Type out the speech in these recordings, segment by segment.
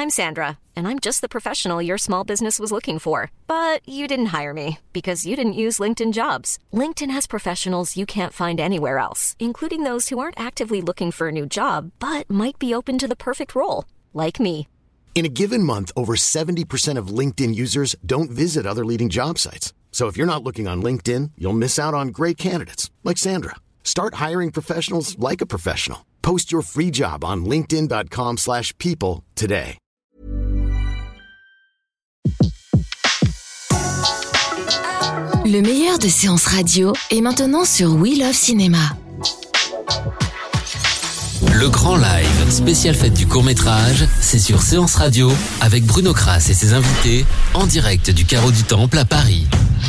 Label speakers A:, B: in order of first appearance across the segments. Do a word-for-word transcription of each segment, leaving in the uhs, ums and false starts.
A: I'm Sandra, and I'm just the professional your small business was looking for. But you didn't hire me because you didn't use LinkedIn Jobs. LinkedIn has professionals you can't find anywhere else, including those who aren't actively looking for a new job, but might be open to the perfect role, like me.
B: In a given month, over seventy percent of LinkedIn users don't visit other leading job sites. So if you're not looking on LinkedIn, you'll miss out on great candidates like Sandra. Start hiring professionals like a professional. Post your free job on linkedin dot com slash people today.
C: Le meilleur de séances radio est maintenant sur We Love Cinéma.
D: Le grand live, spécial fête du court-métrage, c'est sur Séance Radio avec Bruno Kras et ses invités en direct du Carreau du Temple à Paris.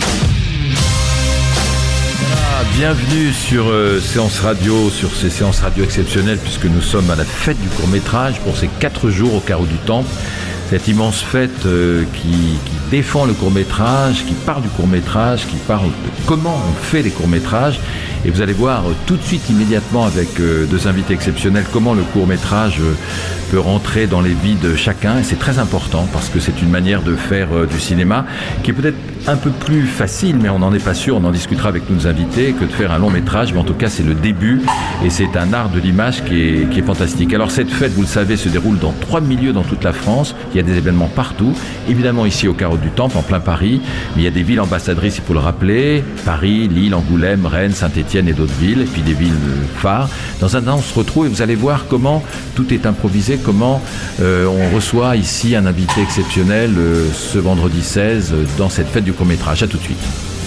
E: Ah, bienvenue sur euh, Séance Radio, sur ces séances radio exceptionnelles puisque nous sommes à la fête du court-métrage pour ces quatre jours au Carreau du Temple. Cette immense fête euh, qui, qui défend le court-métrage, qui parle du court-métrage, qui parle de comment on fait les courts-métrages. Et vous allez voir euh, tout de suite, immédiatement, avec euh, deux invités exceptionnels, comment le court-métrage euh, peut rentrer dans les vies de chacun. Et c'est très important parce que c'est une manière de faire euh, du cinéma qui est peut-être un peu plus facile, mais on n'en est pas sûr, on en discutera avec nos invités, que de faire un long-métrage. Mais en tout cas, c'est le début et c'est un art de l'image qui est, qui est fantastique. Alors cette fête, vous le savez, se déroule dans trois milieux dans toute la France. Il y a des événements partout, évidemment ici au Carreau du Temple, en plein Paris, mais il y a des villes ambassadrices, il faut le rappeler, Paris, Lille, Angoulême, Rennes, Saint-Étienne et d'autres villes, et puis des villes phares. Dans un instant, on se retrouve et vous allez voir comment tout est improvisé, comment euh, on reçoit ici un invité exceptionnel euh, ce vendredi seize euh, dans cette fête du court-métrage. À tout de suite.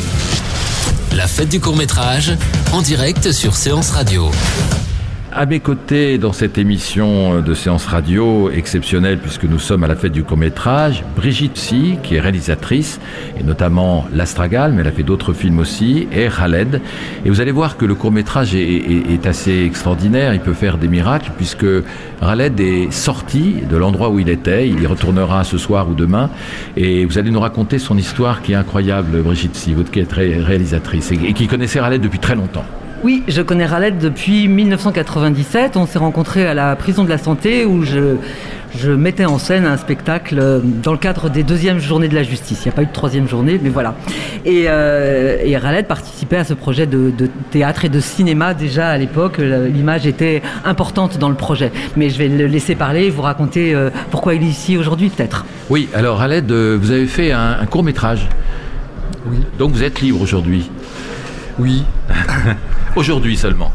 D: La fête du court-métrage, en direct sur Séance Radio.
E: À mes côtés, dans cette émission de séance radio exceptionnelle, puisque nous sommes à la fête du court-métrage, Brigitte Sy, qui est réalisatrice, et notamment L'Astragale, mais elle a fait d'autres films aussi, et Khaled. Et vous allez voir que le court-métrage est, est, est assez extraordinaire, il peut faire des miracles, puisque Khaled est sorti de l'endroit où il était, il y retournera ce soir ou demain, et vous allez nous raconter son histoire qui est incroyable, Brigitte Sy, vous qui êtes réalisatrice, et qui connaissait Khaled depuis très longtemps.
F: Oui, je connais Khaled depuis dix-neuf cent quatre-vingt-dix-sept. On s'est rencontrés à la prison de la Santé où je, je mettais en scène un spectacle dans le cadre des deuxièmes journées de la justice. Il n'y a pas eu de troisième journée, mais voilà. Et, euh, et Khaled participait à ce projet de, de théâtre et de cinéma déjà à l'époque. L'image était importante dans le projet. Mais je vais le laisser parler et vous raconter euh, pourquoi il est ici aujourd'hui peut-être.
E: Oui, alors Khaled, vous avez fait un, un court-métrage.
G: Oui.
E: Donc vous êtes libre aujourd'hui.
G: Oui.
E: Aujourd'hui seulement.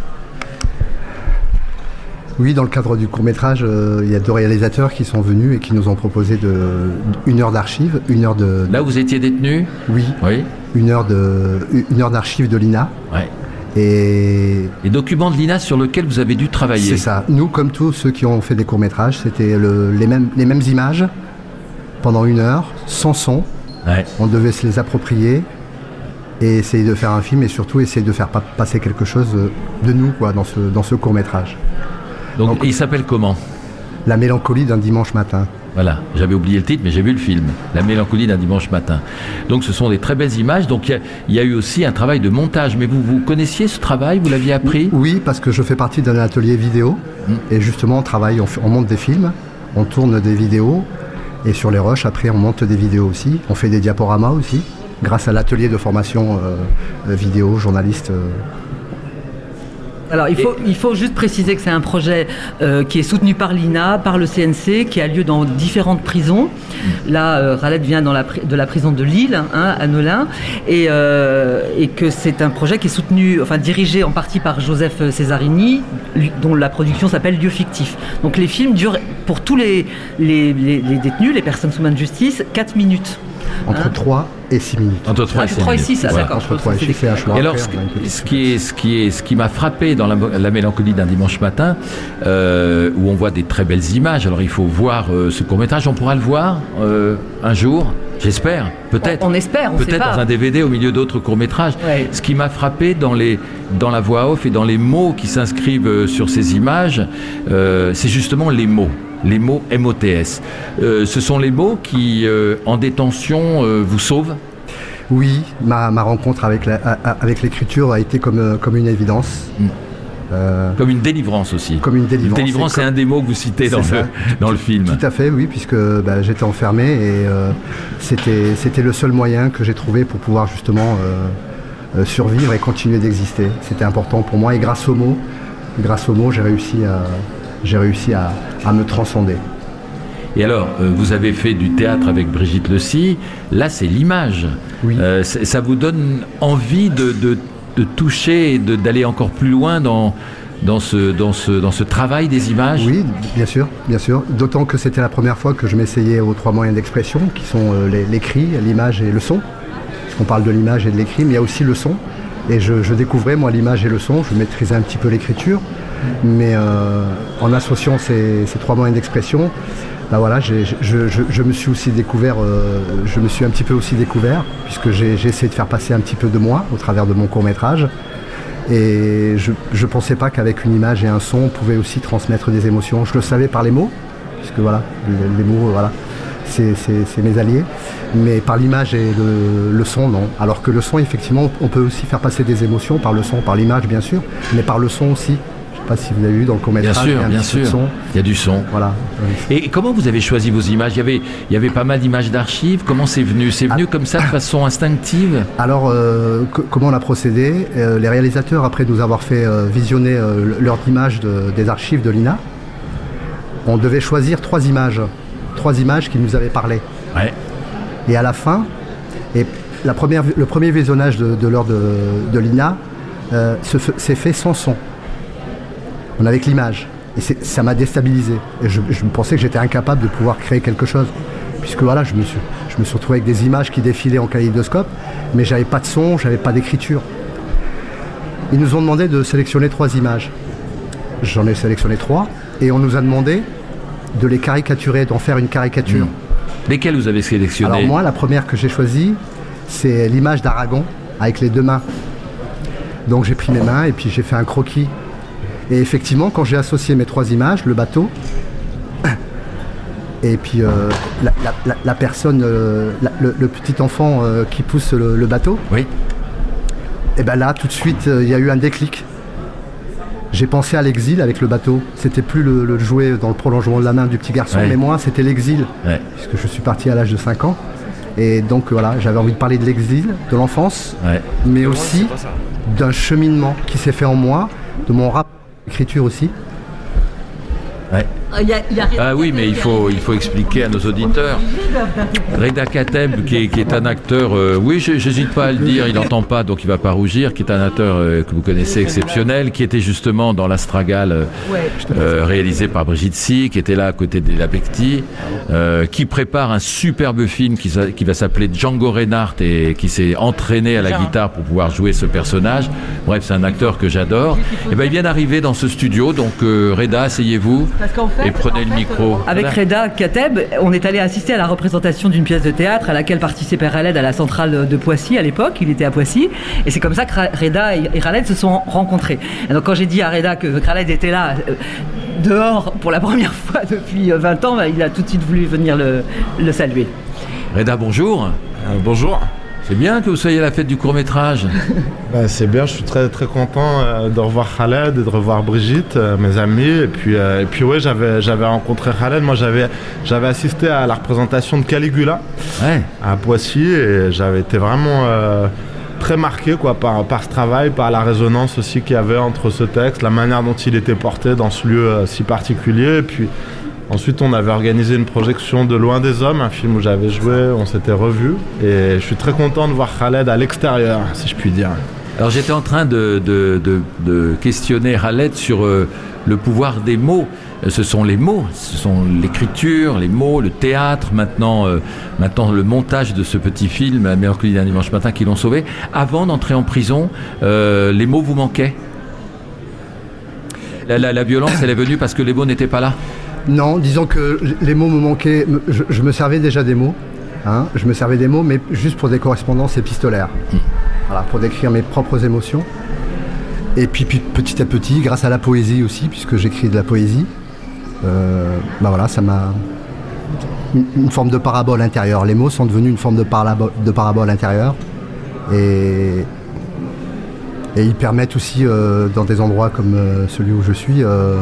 G: Oui, dans le cadre du court-métrage, euh, il y a deux réalisateurs qui sont venus et qui nous ont proposé de, une heure d'archives, une heure de...
E: Là, vous étiez détenu ?
G: Oui.
E: Oui.
G: Une heure, de, une heure d'archives de l'I N A.
E: Ouais.
G: Et...
E: Les documents de l'I N A sur lesquels vous avez dû travailler.
G: C'est ça. Nous, comme tous ceux qui ont fait des courts-métrages, c'était le, les, mêmes, les mêmes images pendant une heure, sans son.
E: Ouais.
G: On devait se les approprier et essayer de faire un film et surtout essayer de faire pa- passer quelque chose de nous quoi, dans ce, dans ce court-métrage.
E: Donc,
G: Donc
E: il s'appelle comment ?
G: La mélancolie d'un dimanche matin.
E: Voilà, j'avais oublié le titre, mais j'ai vu le film, La mélancolie d'un dimanche matin. Donc ce sont des très belles images, donc il y, y a eu aussi un travail de montage. Mais vous, vous connaissiez ce travail, vous l'aviez appris ?
G: Oui, parce que je fais partie d'un atelier vidéo, mmh. et justement on travaille, on, on monte des films, on tourne des vidéos, et sur les rushs, après on monte des vidéos aussi, on fait des diaporamas aussi, grâce à l'atelier de formation euh, vidéo, journaliste. Euh.
F: Alors il faut, il faut juste préciser que c'est un projet euh, qui est soutenu par l'I N A, par le C N C, qui a lieu dans différentes prisons. Là, euh, Khaled vient dans la, de la prison de Lille, hein, à Nolin, et, euh, et que c'est un projet qui est soutenu, enfin dirigé en partie par Joseph Cesarini, dont la production s'appelle Lieu fictif. Donc les films durent, pour tous les, les, les, les détenus, les personnes sous main de justice, quatre minutes.
G: Entre hein trois et six minutes.
E: Entre trois
F: ah, et six, ah, d'accord.
G: Entre trois et six, c'est un choix.
E: Et alors, ce, ce, qui est, ce, qui est, ce qui m'a frappé dans la, la mélancolie d'un dimanche matin, euh, où on voit des très belles images, alors il faut voir euh, ce court-métrage, on pourra le voir euh, un jour, j'espère, peut-être.
F: On, on espère, on
E: peut-être
F: sait pas.
E: dans un D V D au milieu d'autres courts-métrages.
F: Ouais.
E: Ce qui m'a frappé dans, les, dans la voix off et dans les mots qui s'inscrivent sur ces images, euh, c'est justement les mots. Les mots M O T S. Euh, ce sont les mots qui, euh, en détention, euh, vous sauvent ?
G: Oui, ma, ma rencontre avec, la, avec l'écriture a été comme, comme une évidence. Mm.
E: Euh, comme une délivrance aussi.
G: Comme une délivrance.
E: Une délivrance, c'est
G: comme...
E: un des mots que vous citez dans, le, dans le film.
G: Tout à fait, oui, puisque bah, j'étais enfermé et euh, c'était, c'était le seul moyen que j'ai trouvé pour pouvoir justement euh, euh, survivre et continuer d'exister. C'était important pour moi et grâce aux mots, grâce aux mots, j'ai réussi à, j'ai réussi à, à me transcender.
E: Et alors, euh, vous avez fait du théâtre avec Brigitte Lecy. Là, c'est l'image.
G: Oui.
E: Euh, ça vous donne envie de, de, de toucher et de, d'aller encore plus loin dans, dans, ce, dans, ce, dans ce travail des images?
G: Oui, bien sûr, bien sûr. D'autant que c'était la première fois que je m'essayais aux trois moyens d'expression, qui sont euh, les, l'écrit, l'image et le son. Puisqu'on parle de l'image et de l'écrit, mais il y a aussi le son. Et je, je découvrais, moi, l'image et le son. Je maîtrisais un petit peu l'écriture. Mais euh, en associant ces, ces trois moyens d'expression, ben voilà, j'ai, je, je, je me suis aussi découvert, euh, je me suis un petit peu aussi découvert, puisque j'ai, j'ai essayé de faire passer un petit peu de moi au travers de mon court-métrage. Et je ne pensais pas qu'avec une image et un son, on pouvait aussi transmettre des émotions. Je le savais par les mots, puisque voilà, les, les mots, voilà, c'est, c'est, c'est mes alliés. Mais par l'image et le, le son, non. Alors que le son, effectivement, on peut aussi faire passer des émotions par le son, par l'image, bien sûr, mais par le son aussi. Pas si vous avez vu dans le court-métrage,
E: bien sûr,
G: il y a un
E: bien
G: petit
E: sûr.
G: peu de son.
E: Il y a du son.
G: Voilà.
E: Et comment vous avez choisi vos images? Il y avait, il y avait pas mal d'images d'archives. Comment c'est venu? C'est venu ah. comme ça, de façon instinctive?
G: Alors, euh, c- comment on a procédé? euh, Les réalisateurs, après nous avoir fait euh, visionner euh, leurs images de, des archives de l'I N A, on devait choisir trois images. Trois images qui nous avaient parlé.
E: Ouais.
G: Et à la fin, et la première, le premier visionnage de, de l'heure de, de l'I N A euh, se f- s'est fait sans son. On avait que l'image. Et c'est, ça m'a déstabilisé. Et je, je pensais que j'étais incapable de pouvoir créer quelque chose. Puisque voilà, je me suis, je me suis retrouvé avec des images qui défilaient en kaléidoscope, mais j'avais pas de son, j'avais pas d'écriture. Ils nous ont demandé de sélectionner trois images. J'en ai sélectionné trois. Et on nous a demandé de les caricaturer, d'en faire une caricature.
E: Mmh. Lesquelles vous avez sélectionné?
G: Alors moi, la première que j'ai choisie, c'est l'image d'Aragon, avec les deux mains. Donc j'ai pris mes mains et puis j'ai fait un croquis. Et effectivement, quand j'ai associé mes trois images, le bateau, et puis euh, la, la, la, la personne, euh, la, le, le petit enfant euh, qui pousse le, le bateau,
E: oui.
G: Et bien là, tout de suite, il euh, y a eu un déclic. J'ai pensé à l'exil avec le bateau. C'était plus le, le jouet dans le prolongement de la main du petit garçon, ouais. mais moi, c'était l'exil, ouais. puisque je suis parti à l'âge de cinq ans. Et donc voilà, j'avais envie de parler de l'exil, de l'enfance, ouais. mais aussi d'un cheminement qui s'est fait en moi, de mon rapport à l'écriture aussi.
E: Ouais.
F: Il y a, il y a
E: ah oui, mais il faut, il faut expliquer à nos auditeurs. Reda Kateb, qui est, qui est un acteur, euh, oui, j'hésite pas à le dire, il n'entend pas, donc il va pas rougir, qui est un acteur euh, que vous connaissez exceptionnel, qui était justement dans l'Astragale, euh, euh, réalisé par Brigitte Lecy, qui était là à côté de Lapecti, euh, qui prépare un superbe film qui, qui va s'appeler Django Reinhardt et qui s'est entraîné à la guitare pour pouvoir jouer ce personnage. Bref, c'est un acteur que j'adore. Et ben, il vient d'arriver dans ce studio, donc euh, Reda, asseyez-vous.
F: Parce qu'en fait,
E: et prenez le micro.
F: Avec Reda Kateb, on est allé assister à la représentation d'une pièce de théâtre à laquelle participait Khaled à la centrale de Poissy à l'époque. Il était à Poissy. Et c'est comme ça que Reda et Khaled se sont rencontrés. Et donc quand j'ai dit à Reda que Khaled était là, euh, dehors, pour la première fois depuis vingt ans, bah, il a tout de suite voulu venir le, le saluer.
E: Reda, bonjour.
H: Euh, bonjour.
E: C'est bien que vous soyez à la fête du court-métrage.
H: Ben, c'est bien, je suis très très content euh, de revoir Khaled et de revoir Brigitte, euh, mes amis. Et puis, euh, et puis ouais, j'avais, j'avais rencontré Khaled. Moi, j'avais, j'avais assisté à la représentation de Caligula
E: ouais.
H: à Poissy et j'avais été vraiment euh, très marqué quoi, par, par ce travail, par la résonance aussi qu'il y avait entre ce texte, la manière dont il était porté dans ce lieu euh, si particulier. Et puis ensuite, on avait organisé une projection de Loin des Hommes, un film où j'avais joué, on s'était revus. Et je suis très content de voir Khaled à l'extérieur, si je puis dire.
E: Alors j'étais en train de, de, de, de questionner Khaled sur euh, le pouvoir des mots. Ce sont les mots, ce sont l'écriture, les mots, le théâtre, maintenant, euh, maintenant le montage de ce petit film, Mélancolie d'un dimanche matin, qui l'ont sauvé. Avant d'entrer en prison, euh, les mots vous manquaient? la, la, la violence, elle est venue parce que les mots n'étaient pas là?
G: Non, disons que les mots me manquaient, je, je me servais déjà des mots, hein, je me servais des mots, mais juste pour des correspondances épistolaires, mmh. voilà, pour décrire mes propres émotions. Et puis, puis petit à petit, grâce à la poésie aussi, puisque j'écris de la poésie, euh, bah voilà, ça m'a une, une forme de parabole intérieure. Les mots sont devenus une forme de parabole, de parabole intérieure, et Et ils permettent aussi, euh, dans des endroits comme euh, celui où je suis, euh,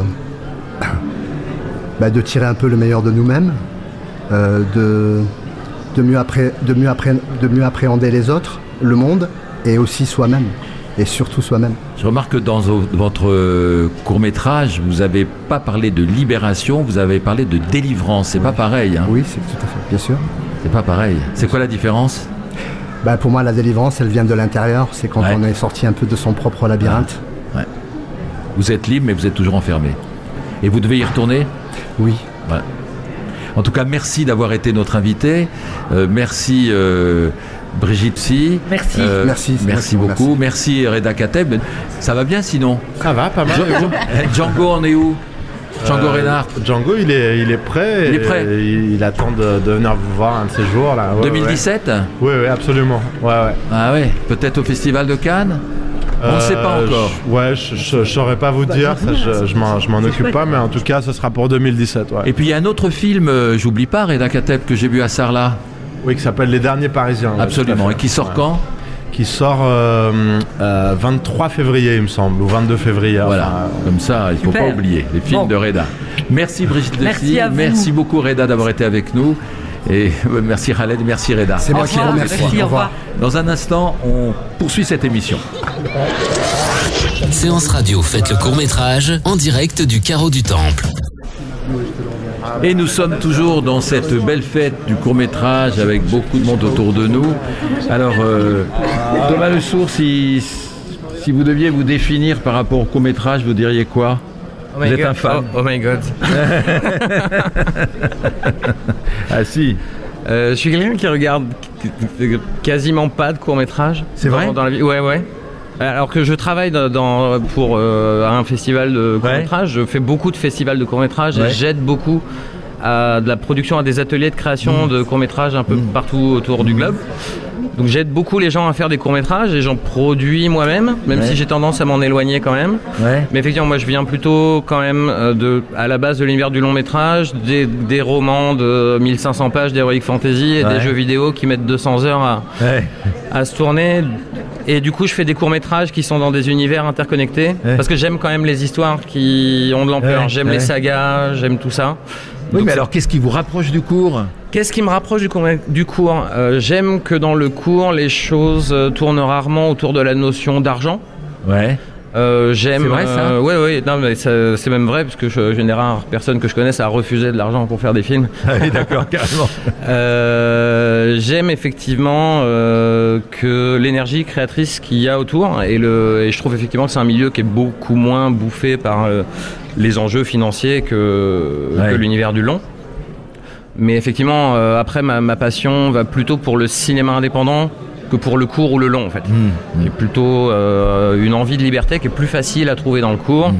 G: bah, de tirer un peu le meilleur de nous-mêmes, euh, de, de, mieux appré- de, mieux appré- de mieux appréhender les autres, le monde, et aussi soi-même, et surtout soi-même.
E: Je remarque que dans votre court-métrage, vous n'avez pas parlé de libération, vous avez parlé de délivrance. C'est oui. pas pareil. Hein.
G: Oui, c'est tout à fait, bien sûr.
E: C'est pas pareil. C'est quoi la différence ?
G: Bah, pour moi, la délivrance, elle vient de l'intérieur. C'est quand ouais. on est sorti un peu de son propre labyrinthe.
E: Ouais. Ouais. Vous êtes libre, mais vous êtes toujours enfermé. Et vous devez y retourner ?
G: Oui.
E: Ouais. En tout cas, merci d'avoir été notre invité. Euh, merci euh, Brigitte Psy.
F: Merci.
E: Euh,
G: merci.
E: Merci beaucoup. Merci, merci Reda Kateb. Ça va bien sinon ?
H: Ça va, pas mal.
E: Django, on est où ? Django euh, Reinhardt.
H: Django, il est, il est prêt.
E: Il est prêt.
H: Il, il attend de, de venir vous voir un de ces jours là. Ouais,
E: deux mille dix-sept ouais.
H: Oui, oui, absolument. Ouais, ouais.
E: Ah ouais. Peut-être au Festival de Cannes. On ne euh, sait pas encore.
H: Je, ouais, je ne saurais pas vous dire. Ça, je, je m'en, je m'en occupe pas, mais en tout cas, ce sera pour deux mille dix-sept. Ouais.
E: Et puis il y a un autre film, euh, j'oublie pas, Reda Kateb, que j'ai vu à Sarlat.
H: Oui, qui s'appelle Les Derniers Parisiens.
E: Absolument. Ouais, et qui sort ouais. quand ?
H: Qui sort euh, euh, vingt-trois février, il me semble, ou vingt-deux février.
E: Voilà,
H: enfin,
E: comme ça, il ne faut pas oublier les films bon. de Reda. Merci Brigitte
F: Merci,
E: merci beaucoup Reda d'avoir été avec nous. Et euh, merci Khaled, merci Reda.
G: C'est moi qui vous remercie.
F: Merci, au revoir.
E: Dans un instant, on poursuit cette émission.
D: Séance Radio, faites le court-métrage en direct du Carreau du Temple.
E: Et nous sommes toujours dans cette belle fête du court-métrage avec beaucoup de monde autour de nous. Alors, euh, Thomas Le Sourd, si, si vous deviez vous définir par rapport au court-métrage, vous diriez quoi ?
I: Oh
E: Vous êtes
I: God.
E: un fan.
I: Oh, oh my God.
E: Ah si.
I: Euh, je suis quelqu'un qui regarde quasiment pas de court-métrage.
E: C'est vrai ?
I: dans, dans la vie. Ouais, ouais. Alors que je travaille dans, dans, pour euh, un festival de court-métrage, ouais. je fais beaucoup de festivals de court-métrage ouais. et j'aide beaucoup à de la production, à des ateliers de création mmh. de court-métrage un peu mmh. partout autour mmh. du globe. Donc j'aide beaucoup les gens à faire des courts-métrages et j'en produis moi-même, même ouais. si j'ai tendance à m'en éloigner quand même.
E: Ouais.
I: Mais effectivement, moi je viens plutôt quand même de, à la base de l'univers du long-métrage, des, des romans de mille cinq cents pages d'Heroic Fantasy et ouais. des jeux vidéo qui mettent deux cents heures à, ouais. à se tourner. Et du coup, je fais des courts-métrages qui sont dans des univers interconnectés ouais. parce que j'aime quand même les histoires qui ont de l'ampleur. Ouais. J'aime ouais. les sagas, j'aime tout ça.
E: Oui,
I: Donc,
E: mais alors qu'est-ce qui vous rapproche du cours ?
I: Qu'est-ce qui me rapproche du cours, du cours euh, J'aime que dans le cours, les choses euh, tournent rarement autour de la notion d'argent.
E: Ouais.
I: Euh, j'aime.
E: C'est vrai ça
I: euh, Ouais, ouais. Non, mais ça, c'est même vrai parce que je, je n'ai rare personne que je connaisse à refuser de l'argent pour faire des films.
E: Ah oui, d'accord, carrément.
I: euh, j'aime effectivement euh, que l'énergie créatrice qu'il y a autour et le et je trouve effectivement que c'est un milieu qui est beaucoup moins bouffé par euh, les enjeux financiers que, ouais. que l'univers du long. Mais effectivement, euh, après ma, ma passion va plutôt pour le cinéma indépendant que pour le court ou le long en fait. Mmh. J'ai plutôt euh, une envie de liberté qui est plus facile à trouver dans le court. Mmh.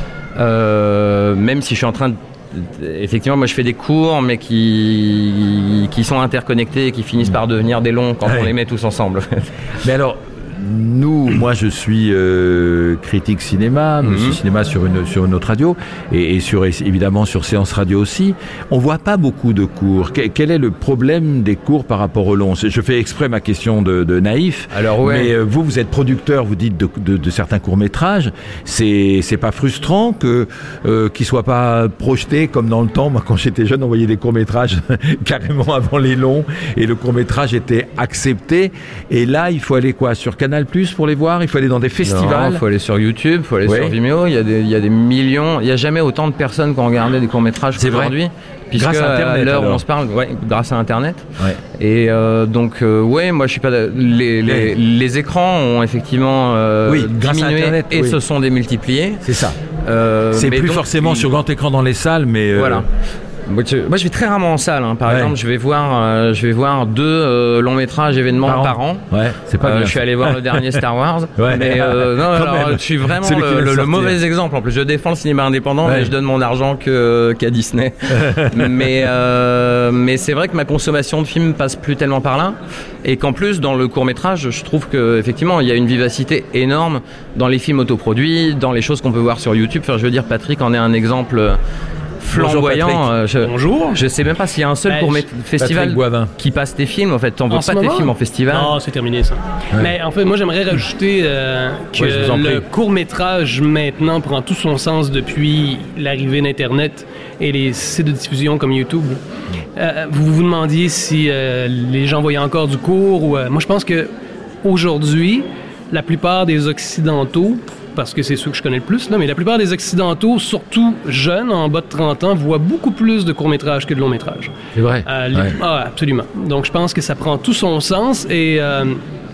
I: Euh, même si je suis en train de... Effectivement, moi je fais des courts mais qui, qui sont interconnectés et qui finissent mmh. par devenir des longs quand ouais. on les met tous ensemble.
E: Mais alors, nous, moi je suis euh, critique cinéma, mmh. monsieur cinéma sur une, sur une autre radio et, et sur, évidemment sur Séance Radio aussi. On voit pas beaucoup de cours. Que, quel est le problème des cours par rapport au long ? Je fais exprès ma question de, de naïf.
I: Alors, ouais.
E: Mais euh, vous, vous êtes producteur, vous dites de, de, de certains courts-métrages. C'est, c'est pas frustrant que, euh, qu'ils soient pas projetés comme dans le temps. Moi, quand j'étais jeune, on voyait des courts-métrages carrément avant les longs et le court-métrage était accepté. Et là, il faut aller quoi ? Sur Canal Plus pour les voir, il faut aller dans des festivals.
I: Il faut aller sur YouTube, il faut aller ouais. sur Vimeo. Il y, a des, il y a des millions, il n'y a jamais autant de personnes qui ont regardé des courts-métrages qu'aujourd'hui. Puisque grâce à Internet, à l'heure alors. où on se parle, ouais, grâce à Internet.
E: Ouais.
I: Et euh, donc, euh, ouais, moi je suis pas. Les, les, les écrans ont effectivement euh,
E: oui,
I: diminué
E: Internet,
I: et
E: oui.
I: se sont démultipliés.
E: C'est ça.
I: Euh,
E: c'est plus
I: donc,
E: forcément
I: il...
E: sur grand écran dans les salles, mais. Euh...
I: Voilà. Moi je, moi je vais très rarement en salle, hein. Par ouais. exemple je vais voir, euh, je vais voir deux euh, longs métrages événements par an. Par an.
E: Ouais, c'est pas euh, bien.
I: Je suis allé voir le dernier Star Wars,
E: ouais.
I: mais euh, non, alors, je suis vraiment le, le, le mauvais exemple. En plus, je défends le cinéma indépendant, ouais. mais je donne mon argent que, qu'à Disney. mais euh, mais c'est vrai que ma consommation de films passe plus tellement par là, et qu'en plus dans le court métrage, je trouve que effectivement il y a une vivacité énorme dans les films autoproduits, dans les choses qu'on peut voir sur YouTube. Enfin, je veux dire, Patrick en est un exemple flamboyant.
J: Bonjour.
I: Je,
J: Bonjour.
I: Je sais même pas s'il y a un seul
J: Ben,
I: court
J: je-
I: festival qui passe tes films. En fait, t'envoies
J: En
I: pas
J: ce
I: tes
J: moment?
I: films en festival.
J: Non, c'est terminé ça.
I: Ouais.
J: Mais en fait, moi, j'aimerais rajouter euh, que
I: Ouais, je vous en
J: le
I: prie.
J: court-métrage, maintenant, prend tout son sens depuis l'arrivée d'Internet et les sites de diffusion comme YouTube. Euh, vous vous demandiez si euh, les gens voyaient encore du court ou... euh, moi, je pense que aujourd'hui, la plupart des Occidentaux, parce que c'est ceux que je connais le plus, là, mais la plupart des Occidentaux, surtout jeunes, en bas de trente ans, voient beaucoup plus de courts-métrages que de longs-métrages.
E: C'est vrai.
J: Euh, les-
E: Ouais.
J: Ah, absolument. Donc, je pense que ça prend tout son sens. Et euh,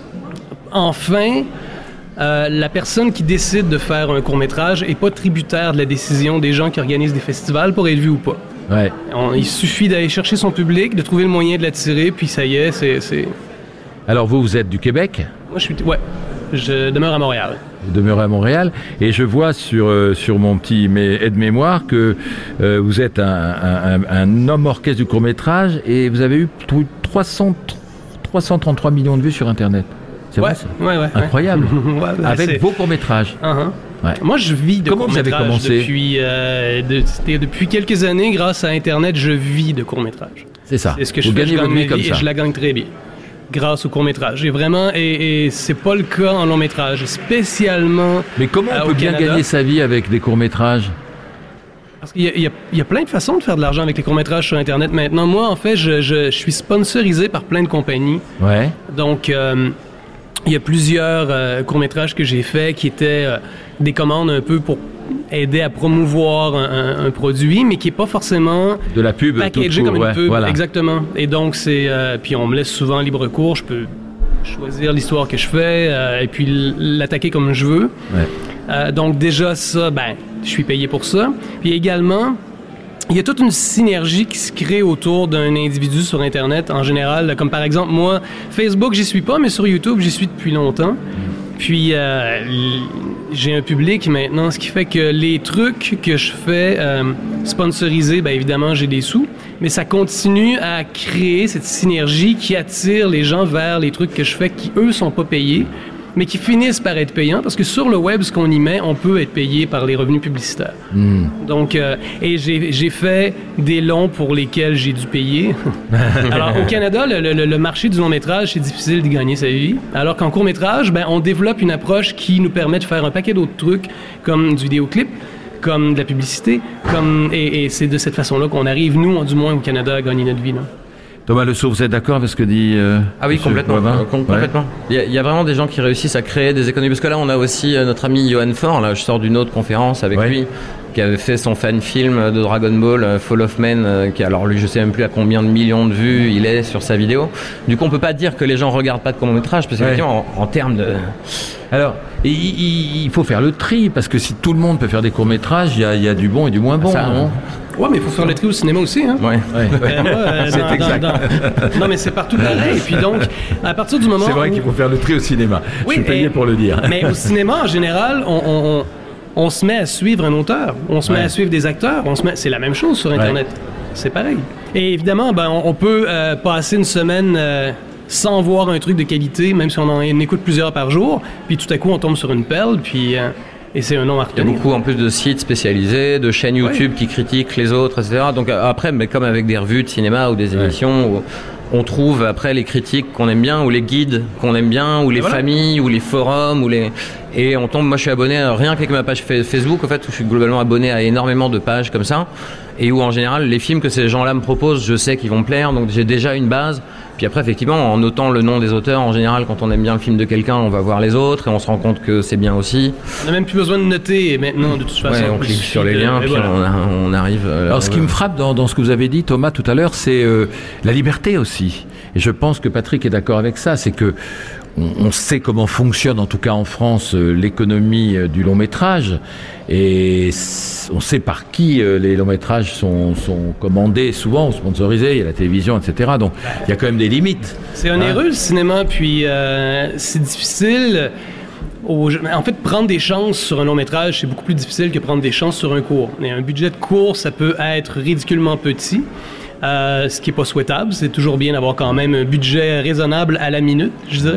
J: enfin, euh, la personne qui décide de faire un court-métrage n'est pas tributaire de la décision des gens qui organisent des festivals pour être vu ou pas.
E: Ouais.
J: On- il suffit d'aller chercher son public, de trouver le moyen de l'attirer, puis ça y est, c'est... c'est...
E: Alors vous, vous êtes du Québec?
J: Moi, je suis... Ouais, je demeure à Montréal.
E: Vous demeurez à Montréal et je vois sur, euh, sur mon petit mé- aide-mémoire que euh, vous êtes un, un- un- un homme orchestre du court-métrage et vous avez eu t- trois cents, trois cent trente-trois millions de vues sur Internet. C'est
J: Ouais,
E: vrai ça?
J: ouais, ouais, ouais.
E: Incroyable.
J: Ouais, ben,
E: Avec
J: c'est-
E: vos courts-métrages.
J: Uh-huh.
E: Ouais.
J: Moi, je vis de
E: Comment vous avez
J: court-métrage
E: commencé?
J: depuis, euh, de- c'était depuis quelques années, grâce à Internet, je vis de court-métrage.
E: C'est ça.
J: C'est ce que
E: Vous
J: je fais,
E: gagnez
J: je gagne
E: votre
J: ma
E: vie comme
J: vie
E: ça.
J: et je la gagne très bien. Grâce au court-métrage. Et vraiment, et, et c'est pas le cas en long-métrage, spécialement.
E: Mais comment
J: euh,
E: on
J: au
E: peut bien
J: Canada.
E: gagner sa vie avec des courts-métrages?
J: Parce qu'il y a, il y a- il y a plein de façons de faire de l'argent avec les courts-métrages sur Internet maintenant. Moi, en fait, je, je- je suis sponsorisé par plein de compagnies.
E: Ouais.
J: Donc, euh, il y a plusieurs euh, courts-métrages que j'ai faits qui étaient euh, des commandes un peu pour aider à promouvoir un, un- un produit, mais qui n'est pas forcément
E: De la pub
J: packagé
E: toute
J: comme une
E: court, ouais,
J: pub.
E: voilà.
J: Exactement. Et donc, c'est... euh, puis on me laisse souvent libre cours. Je peux choisir l'histoire que je fais euh, et puis l- l'attaquer comme je veux.
E: Ouais.
J: Euh, donc déjà ça, ben, je suis payé pour ça. Puis également, il y a toute une synergie qui se crée autour d'un individu sur Internet en général. Comme par exemple, moi, Facebook, j'y suis pas, mais sur YouTube, j'y suis depuis longtemps. Puis euh, l- j'ai un public maintenant, ce qui fait que les trucs que je fais euh, sponsorisés, bien évidemment, j'ai des sous, mais ça continue à créer cette synergie qui attire les gens vers les trucs que je fais qui, eux, sont pas payés, mais qui finissent par être payants, parce que sur le web, ce qu'on y met, on peut être payé par les revenus publicitaires.
E: Hmm.
J: Donc, euh, et j'ai, j'ai fait des longs pour lesquels j'ai dû payer. Alors, au Canada, le, le- le marché du long-métrage, c'est difficile de gagner sa vie. Alors qu'en court-métrage, ben, on développe une approche qui nous permet de faire un paquet d'autres trucs, comme du vidéoclip, comme de la publicité, comme, et, et c'est de cette façon-là qu'on arrive, nous, du moins au Canada, à gagner notre vie. Là.
E: Thomas Lesault, vous êtes d'accord avec ce que dit euh,
I: Ah oui,
E: monsieur
I: complètement.
E: Boivin
I: euh, com- complètement. Il y, a- il y a vraiment des gens qui réussissent à créer des économies. Parce que là, on a aussi euh, notre ami Johan Faure. Là, je sors d'une autre conférence avec
E: Ouais.
I: lui, qui avait fait son fan film de Dragon Ball, euh, Fall of Man, euh, qui alors lui, je sais même plus à combien de millions de vues il est sur sa vidéo. Du coup, on peut pas dire que les gens regardent pas de court-métrage, parce
E: Ouais.
I: qu'effectivement, en, en termes de...
E: Alors, il, il- il faut faire le tri, parce que si tout le monde peut faire des courts-métrages, il y a, il y a du bon et du moins bon,
I: Ça,
E: non?
J: Ouais, mais il faut faire le tri au cinéma aussi, hein?
I: Ouais.
E: Ouais.
J: Euh, moi, euh,
E: C'est
J: dans-
E: exact.
J: dans- dans- Non, mais c'est partout pareil. Et puis donc, à partir du moment
E: C'est vrai
J: où-
E: qu'il faut faire le tri au cinéma.
J: Oui,
E: Je suis payé
J: et-
E: pour le dire.
J: Mais au cinéma, en général, on, on- on- on se met à suivre un auteur, on se met
E: Ouais.
J: à suivre des acteurs, on se met... c'est la même chose sur Internet. C'est pareil. Et évidemment, ben, on, on peut euh, passer une semaine euh, sans voir un truc de qualité, même si on en écoute plusieurs par jour, puis tout à coup, on tombe sur une perle, puis... euh, et c'est un nom à
I: Il y a
J: retenir.
I: beaucoup en plus de sites spécialisés, de chaînes YouTube qui critiquent les autres, et cetera. Donc euh, après, mais comme avec des revues de cinéma ou des émissions, où on trouve après les critiques qu'on aime bien, ou les guides qu'on aime bien, ou les
J: voilà.
I: familles, ou les forums, ou les... Et on tombe, moi je suis abonné, à, rien qu'avec ma page fa- Facebook, en fait, où je suis globalement abonné à énormément de pages comme ça, et où en général, les films que ces gens-là me proposent, je sais qu'ils vont me plaire, donc j'ai déjà une base. Puis après, effectivement, en notant le nom des auteurs, en général, quand on aime bien le film de quelqu'un, on va voir les autres, et on se rend compte que c'est bien aussi.
J: On n'a même plus besoin de noter maintenant, de toute façon.
I: Ouais, on
J: Il
I: clique
J: suffit
I: sur les
J: de-
I: liens,
J: et
I: puis
J: voilà.
I: on, a- on arrive. euh,
E: Alors, ce qui
I: euh,
E: me frappe dans, dans ce que vous avez dit, Thomas, tout à l'heure, c'est euh, la liberté aussi. Et je pense que Patrick est d'accord avec ça. C'est que on, on sait comment fonctionne, en tout cas en France, euh, l'économie euh, du long métrage. Et c- on sait par qui euh, les longs métrages sont, sont commandés, souvent, ou sponsorisés. Il y a la télévision, et cetera. Donc, il y a quand même des limites.
J: C'est
E: Hein?
J: onéreux le cinéma, puis euh, c'est difficile. Au- en fait, prendre des chances sur un long métrage, c'est beaucoup plus difficile que prendre des chances sur un court. Et un budget de court, ça peut être ridiculement petit, euh, ce qui n'est pas souhaitable. C'est toujours bien d'avoir quand même un budget raisonnable à la minute, je dirais.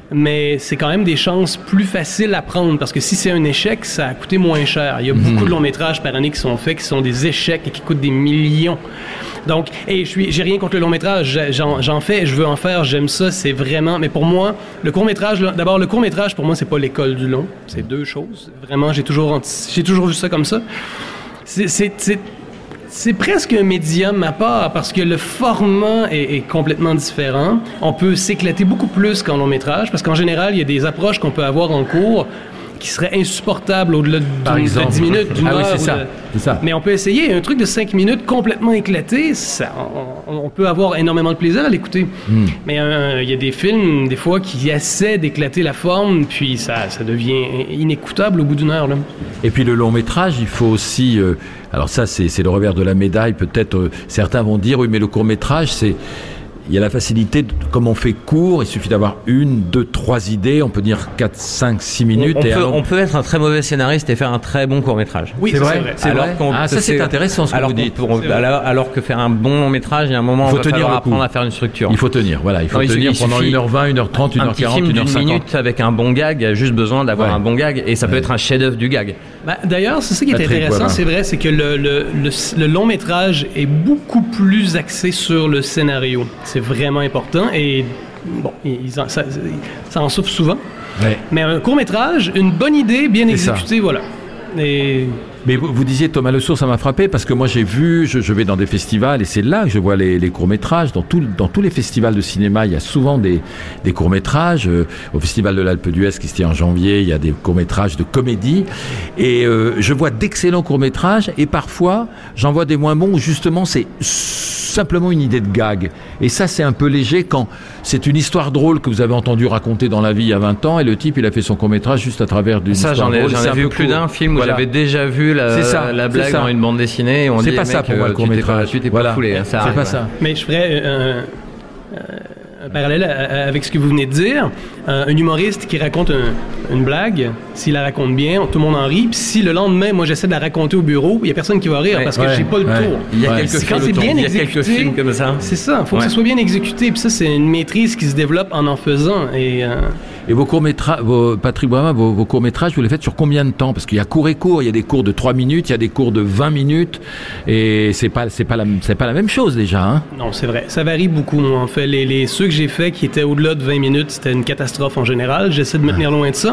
J: mais c'est quand même des chances plus faciles à prendre parce que si c'est un échec, ça a coûté moins cher. Il y a mmh. beaucoup de longs métrages par année qui sont faits, qui sont des échecs et qui coûtent des millions. Donc, et je suis, j'ai rien contre le long métrage, j'en, j'en fais, je veux en faire, j'aime ça, c'est vraiment. Mais pour moi, le court métrage, d'abord le court métrage pour moi c'est pas l'école du long, c'est deux choses. Vraiment, j'ai toujours, j'ai toujours vu ça comme ça. C'est, c'est, c'est C'est presque un médium à part parce que le format est, est complètement différent. On peut s'éclater beaucoup plus qu'en long métrage parce qu'en général, il y a des approches qu'on peut avoir en cours qui seraient insupportables au-delà de, de dix minutes, d'une
E: ah
J: heure.
E: Oui, c'est ça,
J: de...
E: c'est ça.
J: Mais on peut essayer. Un truc de cinq minutes complètement éclaté, ça, on, on peut avoir énormément de plaisir à l'écouter. Mm. Mais il y a des films, des fois, qui essaient d'éclater la forme, puis ça, ça devient inécoutable au bout d'une heure. Là.
E: Et puis le long métrage, il faut aussi... Euh, alors ça, c'est, c'est le revers de la médaille. Peut-être euh, certains vont dire, oui, mais le court métrage, c'est... Il y a la facilité, de, comme on fait court, il suffit d'avoir une, deux, trois idées, on peut dire quatre, cinq, six minutes.
I: On, on,
E: et
I: peut,
E: alors...
I: on peut être un très mauvais scénariste et faire un très bon court-métrage.
J: Oui,
E: c'est,
J: c'est
E: vrai.
J: vrai.
E: C'est alors vrai. Ah, ça, c'est, c'est intéressant ce que vous dites.
I: Pour, alors, alors que faire un bon long-métrage, il y a un moment où il va falloir apprendre à faire une structure.
E: Il faut tenir, voilà. Il faut
I: non,
E: tenir
I: il
E: pendant une heure vingt, une heure trente, une heure quarante, une heure cinquante.
I: Un petit film d'une minute avec un bon gag, il y a juste besoin d'avoir ouais. un bon gag et ça ouais. peut être un chef-d'œuvre du gag.
J: Bah, d'ailleurs, c'est ça qui est Patrick, intéressant, voilà. c'est vrai, c'est que le, le, le, le long-métrage est beaucoup plus axé sur le scénario. C'est vraiment important et bon, ils en, ça, ça en souffre souvent. Ouais. Mais un court-métrage, une bonne idée, bien c'est exécutée, ça. Voilà. Et...
E: Mais vous, vous disiez Thomas Le Sourd, ça m'a frappé parce que moi j'ai vu, je, je vais dans des festivals et c'est là que je vois les, les courts-métrages. Dans, tout, dans tous les festivals de cinéma, il y a souvent des, des courts-métrages. Euh, au Festival de l'Alpe d'Huez qui se tient en janvier, il y a des courts-métrages de comédie. Et euh, je vois d'excellents courts-métrages et parfois j'en vois des moins bons où justement c'est simplement une idée de gag. Et ça c'est un peu léger quand c'est une histoire drôle que vous avez entendu raconter dans la vie il y a vingt ans et le type il a fait son court-métrage juste à travers d'une
I: ça,
E: histoire
I: j'en ai,
E: drôle.
I: J'en ai vu plus d'un film où voilà. j'avais déjà vu la,
E: ça,
I: la blague dans une bande dessinée et on
E: c'est
I: dit
E: pas ça
I: mec,
E: pour moi le court-métrage.
I: Tu t'es
E: voilà.
I: pas foulé, hein, ça
E: c'est
I: arrive,
E: pas
I: ouais.
E: ça.
J: Mais je ferais euh, euh, un parallèle avec ce que vous venez de dire. Euh, un humoriste qui raconte un, une blague, s'il la raconte bien, tout le monde en rit. Puis si le lendemain, moi, j'essaie de la raconter au bureau, il y a personne qui va rire ouais, parce que ouais, j'ai pas le
E: ouais.
J: tour.
I: Il y a
E: ouais.
I: quelques,
J: quand c'est bien
I: il y a
J: exécuté,
I: quelques films comme ça.
J: C'est ça. Il faut
I: ouais.
J: que ça soit bien exécuté. Puis ça, c'est une maîtrise qui se développe en en faisant. Et, euh...
E: et vos courts-métrages, vos, Patrick Boivin, vos, vos courts-métrages, vous les faites sur combien de temps? Parce qu'il y a court et court. Il y a des cours de trois minutes, il y a des cours de vingt minutes. Et c'est pas, c'est pas la, c'est pas la même chose déjà. Hein?
J: Non, c'est vrai. Ça varie beaucoup. Moi, en fait, les, les ceux que j'ai faits qui étaient au-delà de vingt minutes, c'était une catastrophe en général. J'essaie de me tenir loin de ça.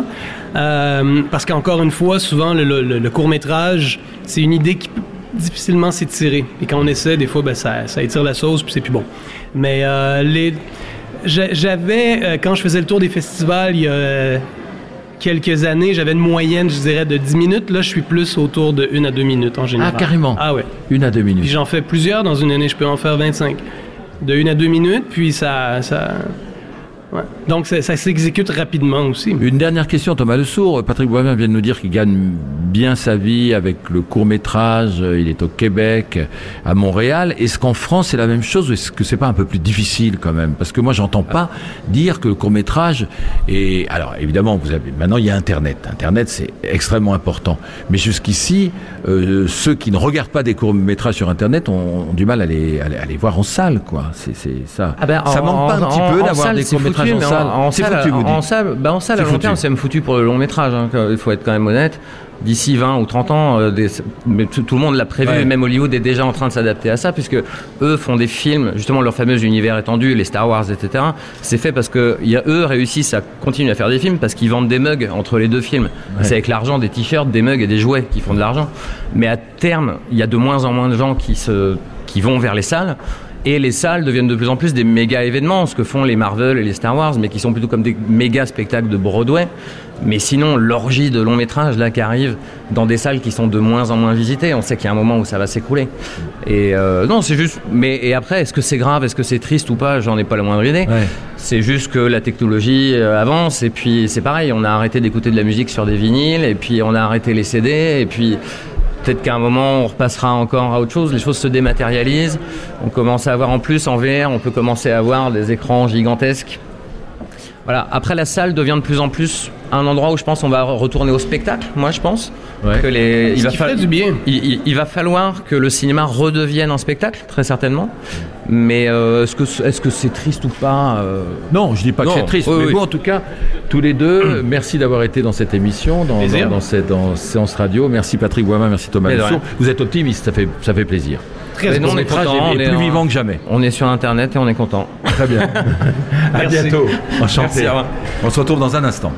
J: Euh, parce qu'encore une fois, souvent, le, le, le court-métrage, c'est une idée qui peut difficilement s'étirer. Et quand on essaie, des fois, ben, ça, ça étire la sauce, puis c'est plus bon. Mais euh, les... j'avais, euh, quand je faisais le tour des festivals, il y a euh, quelques années, j'avais une moyenne, je dirais, de dix minutes. Là, je suis plus autour de une à deux minutes en général.
E: Ah, carrément?
J: Ah ouais.
E: Une à deux minutes.
J: Puis j'en fais plusieurs dans une année, je peux en faire vingt-cinq. De une à deux minutes, puis ça... ça... Ouais. Donc, ça, ça s'exécute rapidement aussi.
E: Une dernière question, Thomas Le Sourd. Patrick Boivin vient de nous dire qu'il gagne bien sa vie avec le court-métrage. Il est au Québec, à Montréal. Est-ce qu'en France, c'est la même chose ou est-ce que c'est pas un peu plus difficile quand même? Parce que moi, j'entends pas dire que le court-métrage est... Alors, évidemment, vous avez... maintenant, il y a Internet. Internet, c'est extrêmement important. Mais jusqu'ici, euh, ceux qui ne regardent pas des courts-métrages sur Internet ont, ont du mal à les, à les, à les voir en salle, quoi. C'est, c'est ça.
I: Ah ben,
E: ça
I: en,
E: manque pas
I: en,
E: un petit
I: en,
E: peu
I: en
E: d'avoir
I: salle,
E: des courts-métrages
I: foutu,
E: en salle.
I: En, en
E: c'est
I: salle,
E: foutu, vous dites.
I: En salle, bah en salle, à long terme, c'est même foutu pour le long métrage. Hein. Il faut être quand même honnête. D'ici vingt ou trente ans, euh, des, mais tout, tout le monde l'a prévu, ouais. Même Hollywood est déjà en train de s'adapter à ça, puisque eux font des films, justement leur fameux univers étendu, les Star Wars, et cetera. C'est fait parce que y a, eux réussissent à continuer à faire des films parce qu'ils vendent des mugs entre les deux films. Ouais. C'est avec l'argent des t-shirts, des mugs et des jouets qui font de l'argent. Mais à terme, il y a de moins en moins de gens qui, se, qui vont vers les salles. Et les salles deviennent de plus en plus des méga événements, ce que font les Marvel et les Star Wars, mais qui sont plutôt comme des méga spectacles de Broadway. Mais sinon, l'orgie de long métrage là qui arrive dans des salles qui sont de moins en moins visitées, on sait qu'il y a un moment où ça va s'écrouler. Et euh, non, c'est juste. Mais et après, est-ce que c'est grave, est-ce que c'est triste ou pas? J'en ai pas la moindre idée. Ouais. C'est juste que la technologie euh, avance et puis c'est pareil. On a arrêté d'écouter de la musique sur des vinyles et puis on a arrêté les C D et puis. Peut-être qu'à un moment, on repassera encore à autre chose. Les choses se dématérialisent. On commence à avoir en plus, en V R, on peut commencer à avoir des écrans gigantesques. Voilà. Après, la salle devient de plus en plus un endroit où je pense on va retourner au spectacle. Moi, je pense.
E: Ouais.
I: Que les...
J: Ce il, va qui fa... fait du bien.
I: Il, il, il va falloir que le cinéma redevienne un spectacle, très certainement. Mais euh, est-ce que est-ce que c'est triste ou pas euh...
E: Non, je dis pas
I: non.
E: que c'est triste.
I: Oui,
E: mais
I: oui.
E: vous, en tout cas, tous les deux, merci d'avoir été dans cette émission, dans, dans, dans cette dans Séance Radio. Merci Patrick Boismin, merci Thomas Lesourd. Vous êtes optimiste, ça fait ça fait plaisir.
I: Très
E: bien.
I: On est content,
E: est,
I: on
E: est
I: est
E: plus
I: en...
E: vivant que jamais.
I: On est sur Internet et on est content.
E: Très bien. À bientôt. Enchanté. Merci. On se retrouve dans un instant.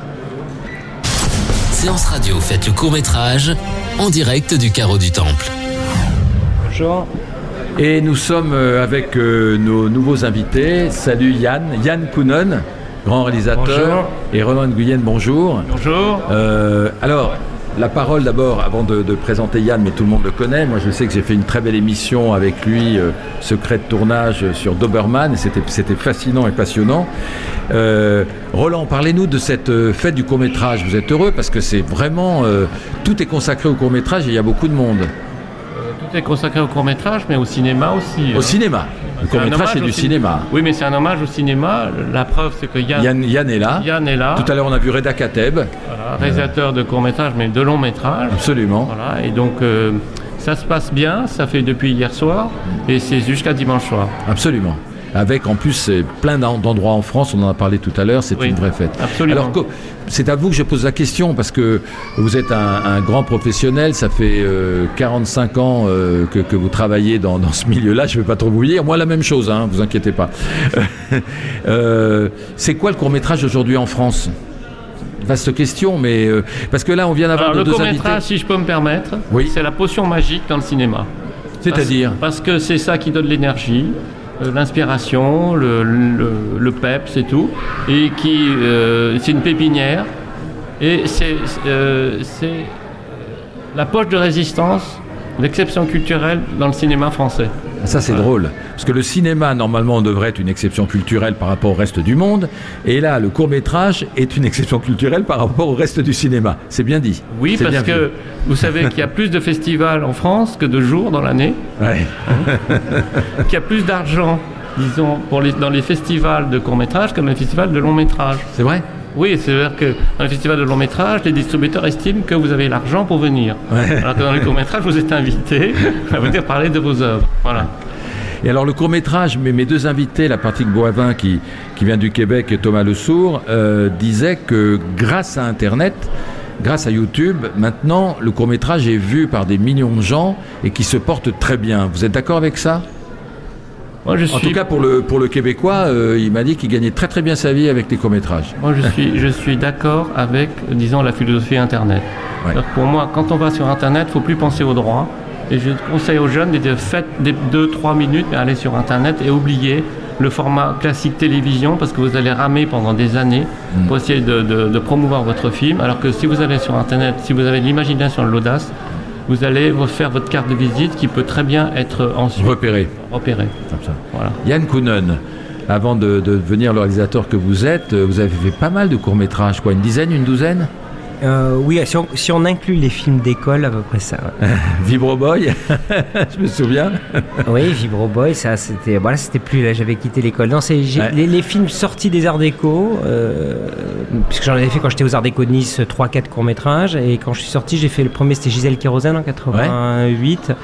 D: Séance Radio, faites le court-métrage en direct du Carreau du Temple.
J: Bonjour.
E: Et nous sommes avec euh, nos nouveaux invités. Salut Yann, Yann Kounon, grand réalisateur.
J: Bonjour.
E: Et Romain Nguyen, bonjour.
J: Bonjour.
E: Euh, alors, la parole d'abord, avant de, de présenter Yann, mais tout le monde le connaît. Moi, je sais que j'ai fait une très belle émission avec lui, euh, Secret de tournage sur Doberman, et c'était, c'était fascinant et passionnant. Euh, Roland, parlez-nous de cette euh, fête du court-métrage. Vous êtes heureux parce que c'est vraiment... Euh, tout est consacré au court-métrage et il y a beaucoup de monde.
K: Tout est consacré au court-métrage, mais au cinéma aussi.
E: Au
K: hein.
E: cinéma. Le court-métrage, c'est du cinéma.
K: Oui, mais c'est un hommage au cinéma. La preuve, c'est que Yann,
E: Yann, Yann est là.
K: Yann est là.
E: Tout à l'heure, on a vu Reda Kateb.
K: Voilà, réalisateur de court-métrage, mais de long-métrage.
E: Absolument.
K: Voilà, et donc, euh, ça se passe bien. Ça fait depuis hier soir. Et c'est jusqu'à dimanche soir.
E: Absolument. Avec en plus plein d'endroits en France, on en a parlé tout à l'heure, c'est oui, une vraie fête.
K: Absolument.
E: Alors c'est à vous que je pose la question parce que vous êtes un, un grand professionnel, ça fait euh, quarante-cinq ans euh, que, que vous travaillez dans, dans ce milieu-là, je ne vais pas trop vous dire, moi la même chose, hein, vous inquiétez pas. euh, c'est quoi le court-métrage aujourd'hui en France ? Vaste question, mais euh, parce que là on vient d'avoir
K: Alors,
E: deux
K: le
E: invités.
K: court-métrage, si je peux me permettre,
E: oui.
K: c'est la potion magique dans le cinéma.
E: C'est-à-dire ?
K: Parce, parce que c'est ça qui donne l'énergie. L'inspiration, le, le, le peps et tout, et qui euh, c'est une pépinière, et c'est, euh, c'est la poche de résistance, l'exception culturelle dans le cinéma français.
E: Ça c'est voilà. Drôle, parce que le cinéma normalement devrait être une exception culturelle par rapport au reste du monde, et là le court-métrage est une exception culturelle par rapport au reste du cinéma. C'est bien dit.
K: Oui,
E: c'est
K: parce que vu. Vous savez qu'il y a plus de festivals en France que de jours dans l'année.
E: Ouais.
K: Qu'il y a plus d'argent, disons, pour les, dans les festivals de court-métrage comme les festivals de long-métrage.
E: C'est vrai ?
K: Oui, c'est-à-dire que dans les festivals de long-métrage, les distributeurs estiment que vous avez l'argent pour venir. Ouais. Alors que dans les courts-métrages, vous êtes invité à venir parler de vos œuvres. Voilà.
E: Et alors le court-métrage, mes, mes deux invités, la Patrick Boisvin qui, qui vient du Québec et Thomas Lesourd, euh, disaient que grâce à Internet, grâce à YouTube, maintenant le court-métrage est vu par des millions de gens et qui se porte très bien. Vous êtes d'accord avec ça ?
K: Moi, je suis...
E: En tout cas, pour le, pour le Québécois, euh, il m'a dit qu'il gagnait très très bien sa vie avec les courts-métrages.
K: Moi, je suis, je suis d'accord avec, disons, la philosophie Internet. Ouais. Pour moi, quand on va sur Internet, il ne faut plus penser au droit. Et je conseille aux jeunes de faire des deux trois minutes, mais aller sur Internet et oublier le format classique télévision, parce que vous allez ramer pendant des années mmh. pour essayer de, de, de promouvoir votre film. Alors que si vous allez sur Internet, si vous avez l'imagination et l'audace, vous allez faire votre carte de visite qui peut très bien être ensuite
E: repérée.
K: repérée.
E: Comme ça. Voilà. Yann Kounon, avant de, de devenir le réalisateur que vous êtes, vous avez fait pas mal de courts-métrages, quoi, une dizaine, une douzaine ?
L: Euh, oui, si on, si on inclut les films d'école, à peu près ça. Ouais.
E: Vibro Boy, je me souviens.
L: Oui, Vibro Boy, ça c'était, voilà, c'était plus là, j'avais quitté l'école. Non, c'est j'ai, ouais. les, les films sortis des Arts Déco, euh, puisque j'en avais fait quand j'étais aux Arts Déco de Nice, trois quatre courts métrages, et quand je suis sorti, j'ai fait le premier, c'était Gisèle Kérosène en quatre-vingt-huit. Ouais.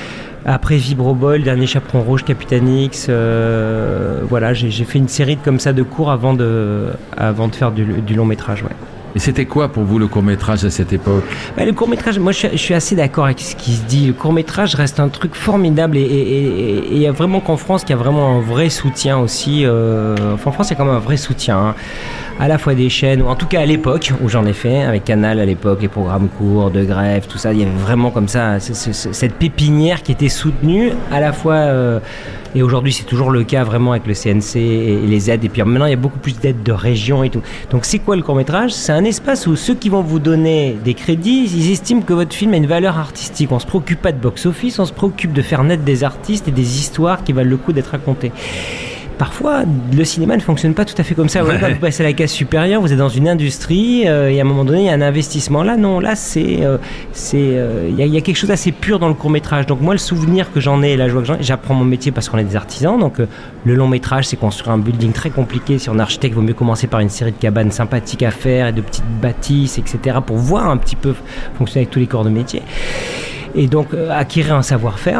L: Après Vibro Boy, le dernier Chaperon Rouge, Capitaine X, euh, voilà, j'ai, j'ai fait une série de, comme ça de courts avant de, avant de faire du, du long métrage, ouais.
E: Et c'était quoi pour vous le court-métrage à cette époque ?
L: Bah, le court-métrage, moi je suis, je suis assez d'accord avec ce qui se dit. Le court-métrage reste un truc formidable et il y a vraiment qu'en France qu'il y a vraiment un vrai soutien aussi. Euh, enfin, en France, il y a quand même un vrai soutien, hein, à la fois des chaînes, ou en tout cas à l'époque où j'en ai fait, avec Canal à l'époque, les programmes courts, de grève, tout ça. Il y avait vraiment comme ça c- c- cette pépinière qui était soutenue à la fois... Euh, et aujourd'hui, c'est toujours le cas vraiment avec le C N C et les aides. Et puis maintenant, il y a beaucoup plus d'aides de région et tout. Donc, c'est quoi le court-métrage ? C'est un espace où ceux qui vont vous donner des crédits, ils estiment que votre film a une valeur artistique. On ne se préoccupe pas de box-office, on se préoccupe de faire naître des artistes et des histoires qui valent le coup d'être racontées. Parfois, le cinéma ne fonctionne pas tout à fait comme ça. Vous, ouais. vous passez à la case supérieure, vous êtes dans une industrie, euh, et à un moment donné, il y a un investissement. Là, non, là, c'est, euh, c'est, euh, il y a, il y a quelque chose d'assez pur dans le court-métrage. Donc moi, le souvenir que j'en ai, la joie que j'en ai, j'apprends mon métier parce qu'on est des artisans. Donc euh, le long-métrage, c'est construire un building très compliqué. Si on est architecte, il vaut mieux commencer par une série de cabanes sympathiques à faire, et de petites bâtisses, et cetera, pour voir un petit peu fonctionner avec tous les corps de métier. Et donc, euh, acquérir un savoir-faire.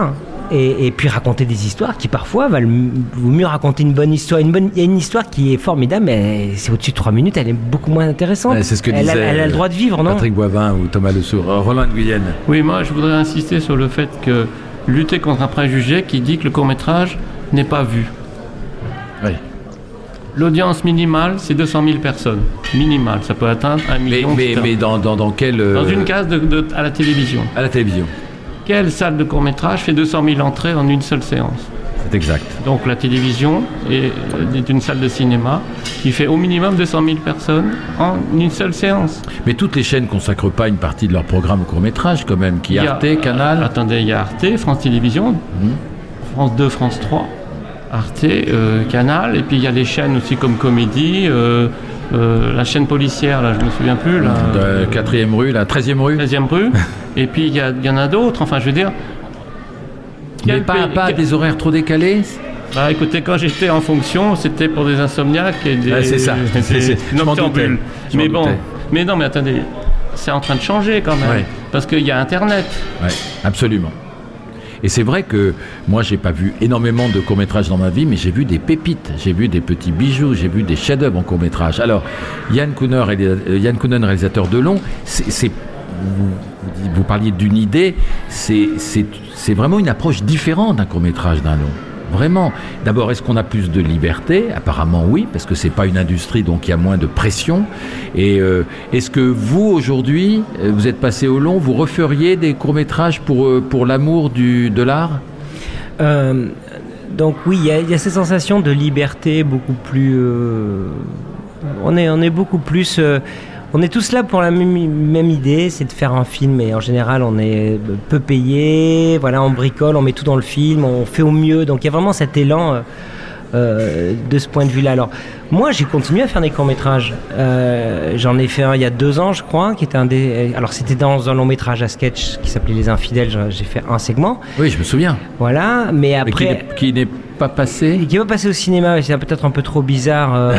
L: Et, et puis raconter des histoires qui parfois valent vaut mieux raconter une bonne histoire. Une bonne, il y a une histoire qui est formidable, mais c'est au-dessus de trois minutes, elle est beaucoup moins intéressante.
E: Ouais, c'est ce que
L: elle,
E: disait
L: a, elle a le droit de vivre, non?
E: Patrick Boivin ou Thomas Lesourd. Roland Nguyen.
K: Oui, moi je voudrais insister sur le fait que lutter contre un préjugé qui dit que le court-métrage n'est pas vu.
E: Oui.
K: L'audience minimale, c'est deux cent mille personnes. Minimale, ça peut atteindre un million.
E: Mais, mais, mais dans, dans, dans quelle... Euh...
K: Dans une case de, de, à la télévision.
E: À la télévision.
K: Quelle salle de court-métrage fait deux cent mille entrées en une seule séance?
E: C'est exact.
K: Donc la télévision est, est une salle de cinéma qui fait au minimum deux cent mille personnes en une seule séance.
E: Mais toutes les chaînes ne consacrent pas une partie de leur programme au court-métrage quand même, qui est Arte, Canal.
K: Attendez, il y a Arte, France Télévisions, mmh. France deux, France trois, Arte, euh, Canal, et puis il y a les chaînes aussi comme Comédie, euh, euh, la chaîne policière, là je me souviens plus. La
E: euh, quatrième rue, la treizième rue.
K: treizième rue, et puis il y, y en a d'autres, enfin je veux dire...
E: Mais pas, pays, pas quel... des horaires trop décalés?
K: Bah écoutez, quand j'étais en fonction, c'était pour des insomniaques et des...
E: Ah, c'est ça, c'est, c'est,
K: noctambules. Mais bon, mais non, mais attendez, c'est en train de changer quand même, ouais. Parce qu'il y a Internet.
E: Oui, absolument. Et c'est vrai que moi, j'ai pas vu énormément de courts-métrages dans ma vie, mais j'ai vu des pépites, j'ai vu des petits bijoux, j'ai vu des chefs-d'œuvre en court-métrage. Alors, Yann Kounen, Yann Kounen, réalisateur de long, c'est... c'est Vous, vous parliez d'une idée, c'est, c'est, c'est vraiment une approche différente d'un court-métrage, d'un long. Vraiment. D'abord, est-ce qu'on a plus de liberté? Apparemment oui, parce que c'est pas une industrie, donc il y a moins de pression. Et euh, est-ce que vous, aujourd'hui, vous êtes passé au long, vous referiez des courts-métrages pour, pour l'amour du, de l'art?
L: euh, Donc oui, il y, y a cette sensation de liberté beaucoup plus... Euh, on, est, on est beaucoup plus... Euh, On est tous là pour la même, même idée, c'est de faire un film, et en général on est peu payé, voilà, on bricole, on met tout dans le film, on fait au mieux, donc il y a vraiment cet élan euh, de ce point de vue-là. Alors moi j'ai continué à faire des courts-métrages, euh, j'en ai fait un il y a deux ans je crois, qui était un des... Alors c'était dans un long-métrage à sketch qui s'appelait Les Infidèles, j'ai fait un segment.
E: Oui, je me souviens.
L: Voilà, mais après...
E: Mais qui n'est, qui n'est pas passé.
L: Qui va passer au cinéma, c'est peut-être un peu trop bizarre, euh,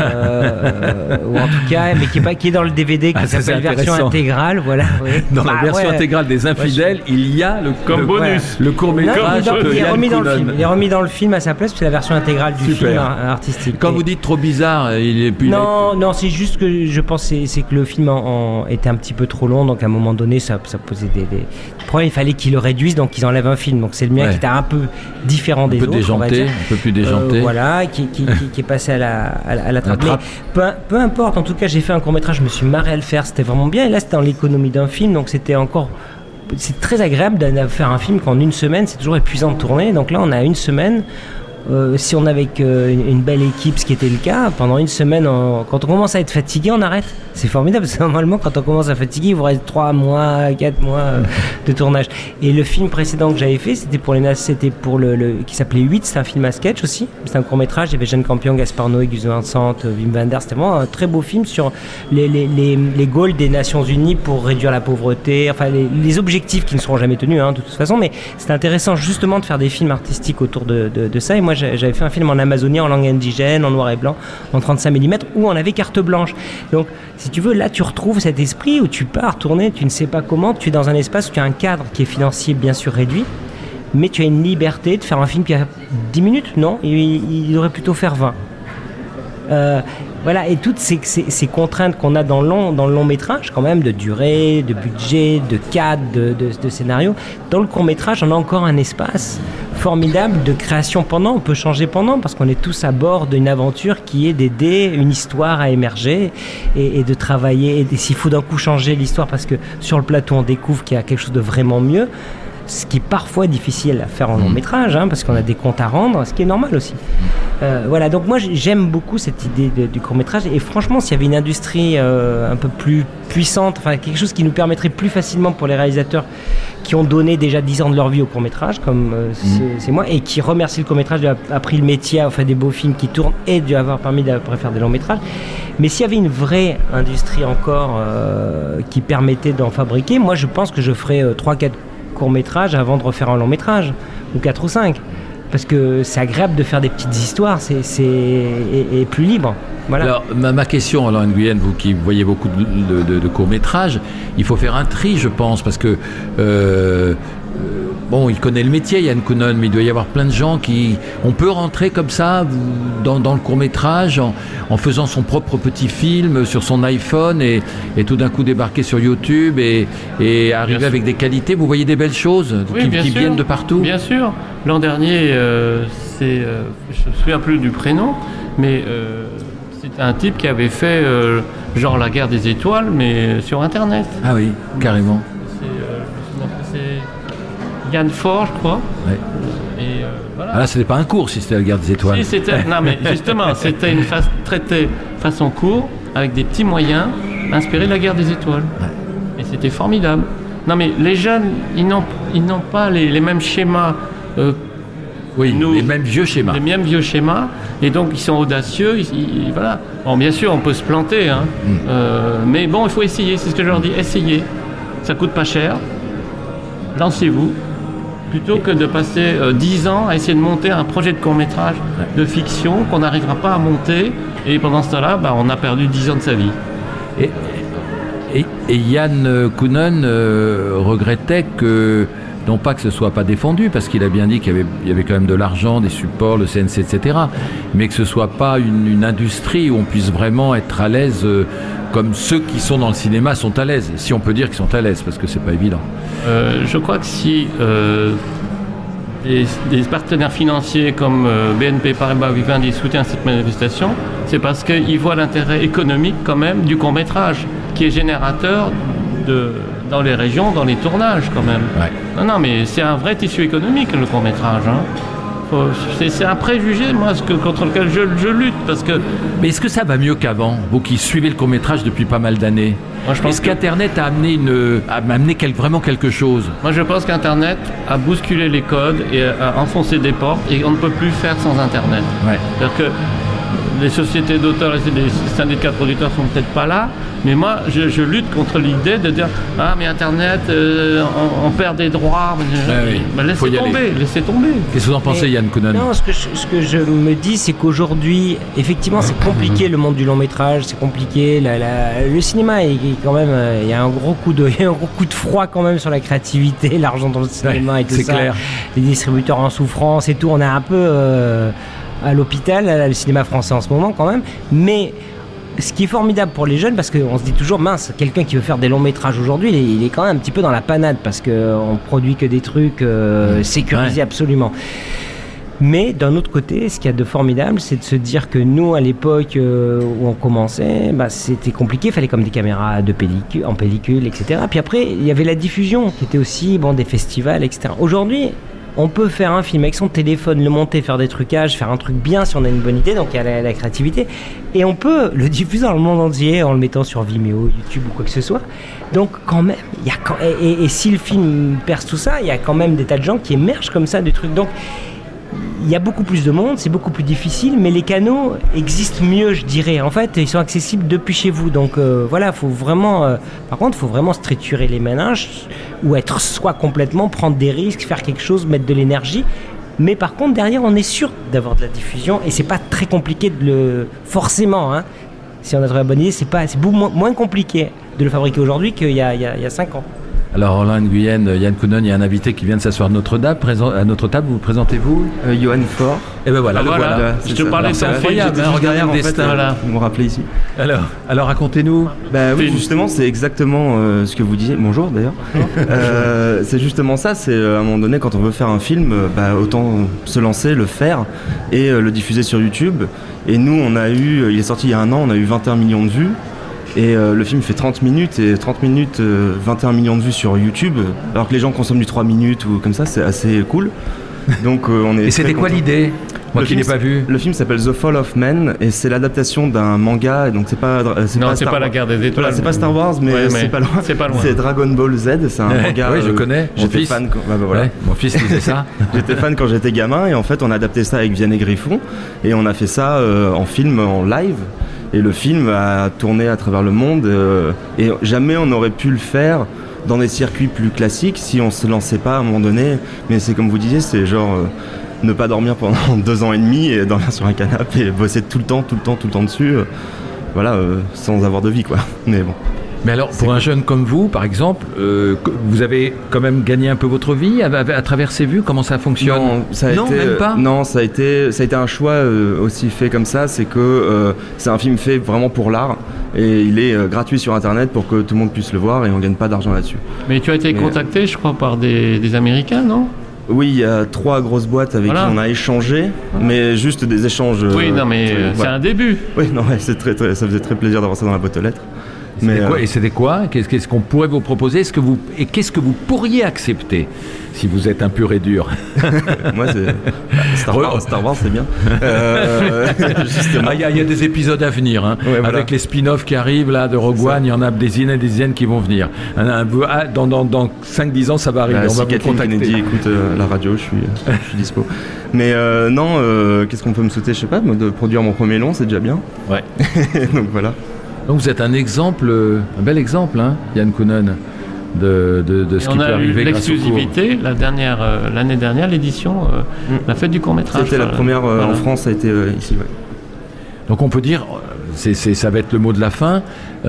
L: euh, ou en tout cas, mais qui est, pas, qui est dans le D V D, qui ah, s'appelle version intégrale, voilà. Oui.
E: Dans
L: bah,
E: la version
L: ouais.
E: intégrale des Infidèles, ouais, il y a le,
K: comme
E: le,
K: bonus,
E: voilà, le court-métrage.
L: Non, il, il, est remis dans le film. Il est remis dans le film à sa place, c'est la version intégrale du
E: Super.
L: film artistique.
E: Quand
L: et...
E: vous dites trop bizarre, il est plus.
L: Non, non, c'est juste que je pense c'est, c'est que le film en, en était un petit peu trop long, donc à un moment donné, ça, ça posait des, des problèmes. Il fallait qu'ils le réduisent, donc ils enlèvent un film. Donc c'est le mien ouais. qui était un peu différent des
E: un peu
L: autres.
E: Déjanté,
L: on va dire.
E: Un peu plus déjanté.
L: Euh, voilà, qui, qui, qui, qui est passé à la, à la, à la trappe. Mais peu, peu importe, en tout cas, j'ai fait un court-métrage, je me suis marré à le faire, c'était vraiment bien. Et là, c'était dans l'économie d'un film, donc c'était encore... C'est très agréable de faire un film qu'en une semaine, c'est toujours épuisant de tourner. Donc là, on a une semaine... Euh, si on avait euh, une, une belle équipe, ce qui était le cas, pendant une semaine, on, quand on commence à être fatigué, on arrête. C'est formidable, parce que normalement, quand on commence à fatiguer, il vous reste trois mois, quatre mois euh, de tournage. Et le film précédent que j'avais fait, c'était pour les c'était pour le, le qui s'appelait huit, c'est un film à sketch aussi. C'est un court-métrage, il y avait Jeanne Campion, Gaspard Noé, Gus Van Sant, Wim Wenders. C'était vraiment un très beau film sur les, les, les, les goals des Nations Unies pour réduire la pauvreté, enfin les, les objectifs qui ne seront jamais tenus, hein, de toute façon. Mais c'est intéressant justement de faire des films artistiques autour de, de, de ça. Et moi, j'avais fait un film en Amazonie, en langue indigène, en noir et blanc, en trente-cinq millimètres, où on avait carte blanche. Donc, si tu veux, là, tu retrouves cet esprit où tu pars tourner, tu ne sais pas comment, tu es dans un espace où tu as un cadre qui est financier bien sûr réduit, mais tu as une liberté de faire un film qui a dix minutes, non, il, il devrait plutôt faire vingt. Euh, voilà, et toutes ces, ces, ces contraintes qu'on a dans le, long, dans le long métrage, quand même, de durée, de budget, de cadre, de, de, de scénario, dans le court métrage, on a encore un espace formidable de création pendant, on peut changer pendant, parce qu'on est tous à bord d'une aventure qui est d'aider une histoire à émerger et, et de travailler, et s'il faut d'un coup changer l'histoire, parce que sur le plateau, on découvre qu'il y a quelque chose de vraiment mieux, ce qui est parfois difficile à faire en long métrage, hein, parce qu'on a des comptes à rendre, ce qui est normal aussi. Euh, voilà, donc moi j'aime beaucoup cette idée de, du court métrage, et franchement s'il y avait une industrie euh, un peu plus puissante, enfin quelque chose qui nous permettrait plus facilement pour les réalisateurs qui ont donné déjà dix ans de leur vie au court métrage, comme euh, c'est, mmh. c'est moi, et qui remercient le court métrage d'avoir appris le métier, à faire des beaux films qui tournent et d'avoir permis d'après faire des longs métrages. Mais s'il y avait une vraie industrie encore euh, qui permettait d'en fabriquer, moi je pense que je ferais euh, trois quatre court-métrage avant de refaire un long-métrage, ou quatre ou cinq, parce que c'est agréable de faire des petites histoires, c'est, c'est et, et plus libre. Voilà. Alors
E: ma, ma question, Alain Nguyen, vous qui voyez beaucoup de, de, de, de courts-métrages, il faut faire un tri, je pense, parce que euh, bon, il connaît le métier, Yann Kounon, mais il doit y avoir plein de gens qui... On peut rentrer comme ça dans, dans le court-métrage en, en faisant son propre petit film sur son iPhone et, et tout d'un coup débarquer sur YouTube et, et arriver avec des qualités. Vous voyez des belles choses
K: oui,
E: qui, qui viennent de partout.
K: Bien sûr. L'an dernier, euh, c'est, euh, je ne me souviens plus du prénom, mais euh, c'était un type qui avait fait euh, genre la guerre des étoiles, mais sur Internet.
E: Ah oui, carrément.
K: C'est, euh, c'est Yann Fort, je crois.
E: Ouais.
K: Et, euh, voilà.
E: Ah là, c'était pas un cours si c'était la guerre des étoiles.
K: Si, c'était, non, mais justement, c'était une phase traitée façon court, avec des petits moyens, inspirés de la guerre des étoiles. Ouais. Et c'était formidable. Non, mais les jeunes, ils n'ont, ils n'ont pas les, les mêmes schémas. Euh,
E: oui,
K: nous,
E: les mêmes vieux schémas.
K: Les mêmes vieux schémas. Et donc, ils sont audacieux. Ils, ils, voilà. Bon, bien sûr, on peut se planter. Hein. Mm. Euh, mais bon, il faut essayer. C'est ce que je leur dis. Essayez. Ça coûte pas cher. Lancez-vous. Plutôt que de passer euh, dix ans à essayer de monter un projet de court-métrage de fiction qu'on n'arrivera pas à monter. Et pendant ce temps-là, bah, on a perdu dix ans de sa vie.
E: Et, et, et Yann Kounon euh, regrettait que, non pas que ce soit pas défendu, parce qu'il a bien dit qu'il y avait, il y avait quand même de l'argent, des supports, le C N C, et cetera, mais que ce soit pas une, une industrie où on puisse vraiment être à l'aise euh, comme ceux qui sont dans le cinéma sont à l'aise, si on peut dire qu'ils sont à l'aise, parce que c'est pas évident.
K: Euh, je crois que si euh, des, des partenaires financiers comme euh, B N P Paribas Vivendi soutiennent cette manifestation, c'est parce qu'ils voient l'intérêt économique quand même du court-métrage, qui est générateur de, dans les régions, dans les tournages quand même.
E: Ouais.
K: Non, non, mais c'est un vrai tissu économique le court-métrage. Hein. Faut, c'est, c'est un préjugé, moi, ce que, contre lequel je, je lutte, parce que...
E: Mais est-ce que ça va mieux qu'avant, vous qui suivez le court-métrage depuis pas mal d'années? Moi, je pense Est-ce que... qu'Internet a amené, une, a amené quel, vraiment quelque chose?
K: Moi, je pense qu'Internet a bousculé les codes et a enfoncé des portes, et on ne peut plus faire sans Internet.
E: Ouais.
K: C'est-à-dire que les sociétés d'auteurs et les syndicats de producteurs sont peut-être pas là, mais moi, je, je lutte contre l'idée de dire « Ah, mais Internet, euh, on, on perd des droits. »
E: Ouais, oui.
K: Ben, laissez tomber, laissez tomber.
E: Qu'est-ce que vous en pensez,
L: mais,
E: Yann Kounon?
L: Non, ce que, je, ce que je me dis, c'est qu'aujourd'hui, effectivement, c'est compliqué le monde du long-métrage, c'est compliqué. La, la, le cinéma, est, est quand même, il y a un gros coup de, il y a un gros coup de froid quand même sur la créativité, l'argent dans le cinéma ouais, et tout
E: c'est
L: ça.
E: Clair.
L: Les distributeurs en souffrance et tout. On est un peu euh, à l'hôpital, à le cinéma français en ce moment quand même. Mais ce qui est formidable pour les jeunes, parce qu'on se dit toujours, mince, quelqu'un qui veut faire des longs métrages aujourd'hui, il est, il est quand même un petit peu dans la panade, parce qu'on produit que des trucs euh, sécurisés ouais. absolument. Mais d'un autre côté, ce qu'il y a de formidable, c'est de se dire que nous, à l'époque euh, où on commençait, bah, c'était compliqué, il fallait comme des caméras de pellicule, en pellicule, et cetera. Puis après, il y avait la diffusion, qui était aussi bon, des festivals, et cetera. Aujourd'hui, on peut faire un film avec son téléphone, le monter, faire des trucages, faire un truc bien si on a une bonne idée, donc il y a la, la créativité. Et on peut le diffuser dans le monde entier en le mettant sur Vimeo, YouTube ou quoi que ce soit. Donc quand même, il y a quand, et, et, et si le film perce tout ça, il y a quand même des tas de gens qui émergent comme ça, des trucs. Donc il y a beaucoup plus de monde, c'est beaucoup plus difficile, mais les canaux existent mieux, je dirais. En fait, ils sont accessibles depuis chez vous. Donc euh, voilà, faut vraiment. Euh, par contre, il faut vraiment se triturer les méninges ou être soi complètement, prendre des risques, faire quelque chose, mettre de l'énergie. Mais par contre, derrière, on est sûr d'avoir de la diffusion et c'est pas très compliqué de le. Forcément, hein, si on a trouvé la bonne idée, c'est pas, c'est beaucoup moins, moins compliqué de le fabriquer aujourd'hui qu'il y a, il y a, il y a cinq ans.
E: Alors, Roland Nguyen, Yann Kounon, il y a un invité qui vient de s'asseoir à notre table. Présent, à notre table, vous, vous présentez-vous
M: euh, Johan Fort.
E: Et ben voilà,
K: ah,
E: le
K: voilà.
E: voilà.
K: Je te parlais de ça.
E: Incroyable, hein, regardez le destin.
M: Voilà. Vous me rappelez ici.
E: Alors, alors racontez-nous.
M: Bah oui, justement, c'est exactement euh, ce que vous disiez. Bonjour d'ailleurs. euh, c'est justement ça. C'est euh, à un moment donné, quand on veut faire un film, euh, bah, autant se lancer, le faire et euh, le diffuser sur YouTube. Et nous, on a eu, il est sorti il y a un an, on a eu vingt et un millions de vues. Et euh, le film fait trente minutes, et trente minutes, euh, vingt et un millions de vues sur YouTube, alors que les gens consomment du trois minutes ou comme ça, c'est assez cool. Donc, euh, on est
E: et c'était quoi l'idée? Moi
M: le
E: qui l'ai pas vu.
M: Le film s'appelle The Fall of Man et c'est l'adaptation d'un manga. Et donc c'est pas. C'est
K: non,
M: pas
K: c'est
M: Star
K: pas la guerre des étoiles.
M: Voilà, c'est pas Star Wars, mais, ouais, mais c'est pas loin.
K: C'est pas loin.
M: C'est Dragon Ball Z. C'est un manga.
E: Oui, je connais.
M: Euh, j'étais
E: fils.
M: fan. Quand, bah, bah, voilà.
E: Ouais, mon fils disait ça.
M: J'étais fan quand j'étais gamin et en fait on a adapté ça avec Vianney Griffon et on a fait ça euh, en film, en live. Et le film a tourné à travers le monde euh, et jamais on aurait pu le faire dans des circuits plus classiques si on se lançait pas à un moment donné. Mais c'est comme vous disiez, c'est genre euh, ne pas dormir pendant deux ans et demi et dormir sur un canapé et bosser tout le temps, tout le temps, tout le temps dessus, euh, voilà, euh, sans avoir de vie quoi. Mais bon.
E: Mais alors, pour un jeune comme vous, par exemple, euh, vous avez quand même gagné un peu votre vie à, à, à travers ces vues. Comment ça fonctionne?
M: Non, ça a
E: non
M: été,
E: même pas.
M: Non, ça a été, ça a été un choix euh, aussi fait comme ça. C'est que euh, c'est un film fait vraiment pour l'art et il est euh, gratuit sur Internet pour que tout le monde puisse le voir et on gagne pas d'argent là-dessus.
K: Mais tu as été
M: Mais,
K: contacté, je crois, par des, des Américains, non?
M: Oui, il y a trois grosses boîtes avec
K: voilà.
M: qui on a échangé, mais juste des échanges.
K: Oui, euh, non, mais euh, c'est ouais. un début.
M: Oui, non, ouais, c'est très, très, ça faisait très plaisir d'avoir ça dans la boîte aux lettres.
E: Mais
M: euh...
E: quoi, et c'était quoi? Qu'est-ce, qu'est-ce qu'on pourrait vous proposer? Est-ce que vous, et qu'est-ce que vous pourriez accepter si vous êtes un pur et dur?
M: Moi, c'est... Star Wars, Star Wars, c'est bien.
E: Euh... Il ah, y, y a des épisodes à venir, hein. Ouais, voilà. Avec les spin-offs qui arrivent là de Rogue One, il y en a des dizaines et des dizaines qui vont venir. Un, un, un, dans, dans, dans cinq dix ans, ça va arriver.
M: Bah,
E: on
M: si
E: va vous contacter.
M: Kennedy écoute euh, la radio, je suis, euh, je suis dispo. Mais euh, non, euh, qu'est-ce qu'on peut me souhaiter? Je sais pas, de produire mon premier long, c'est déjà bien.
E: Ouais.
M: Donc voilà.
E: Donc vous êtes un exemple, un bel exemple, hein, Yann Kounen, de, de, de ce qui peut arriver grâce au cours.
K: On a eu l'exclusivité la dernière, euh, l'année dernière, l'édition, euh, mm. la fête du court-métrage.
M: C'était la première euh, voilà. en France, ça a été euh, ici, ouais.
E: Donc on peut dire, c'est, c'est, ça va être le mot de la fin,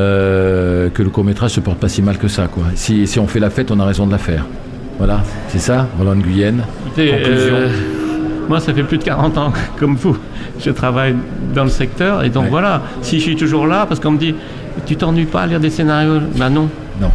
E: euh, que le court-métrage se porte pas si mal que ça, quoi. Si, si on fait la fête, on a raison de la faire. Voilà, c'est ça, Roland Nguyen.
K: Écoutez,
E: conclusion.
K: Euh, moi, ça fait plus de quarante ans, comme vous, je travaille dans le secteur, et donc ouais. voilà, si je suis toujours là, parce qu'on me dit, tu t'ennuies pas à lire des scénarios? Ben non.
E: Non.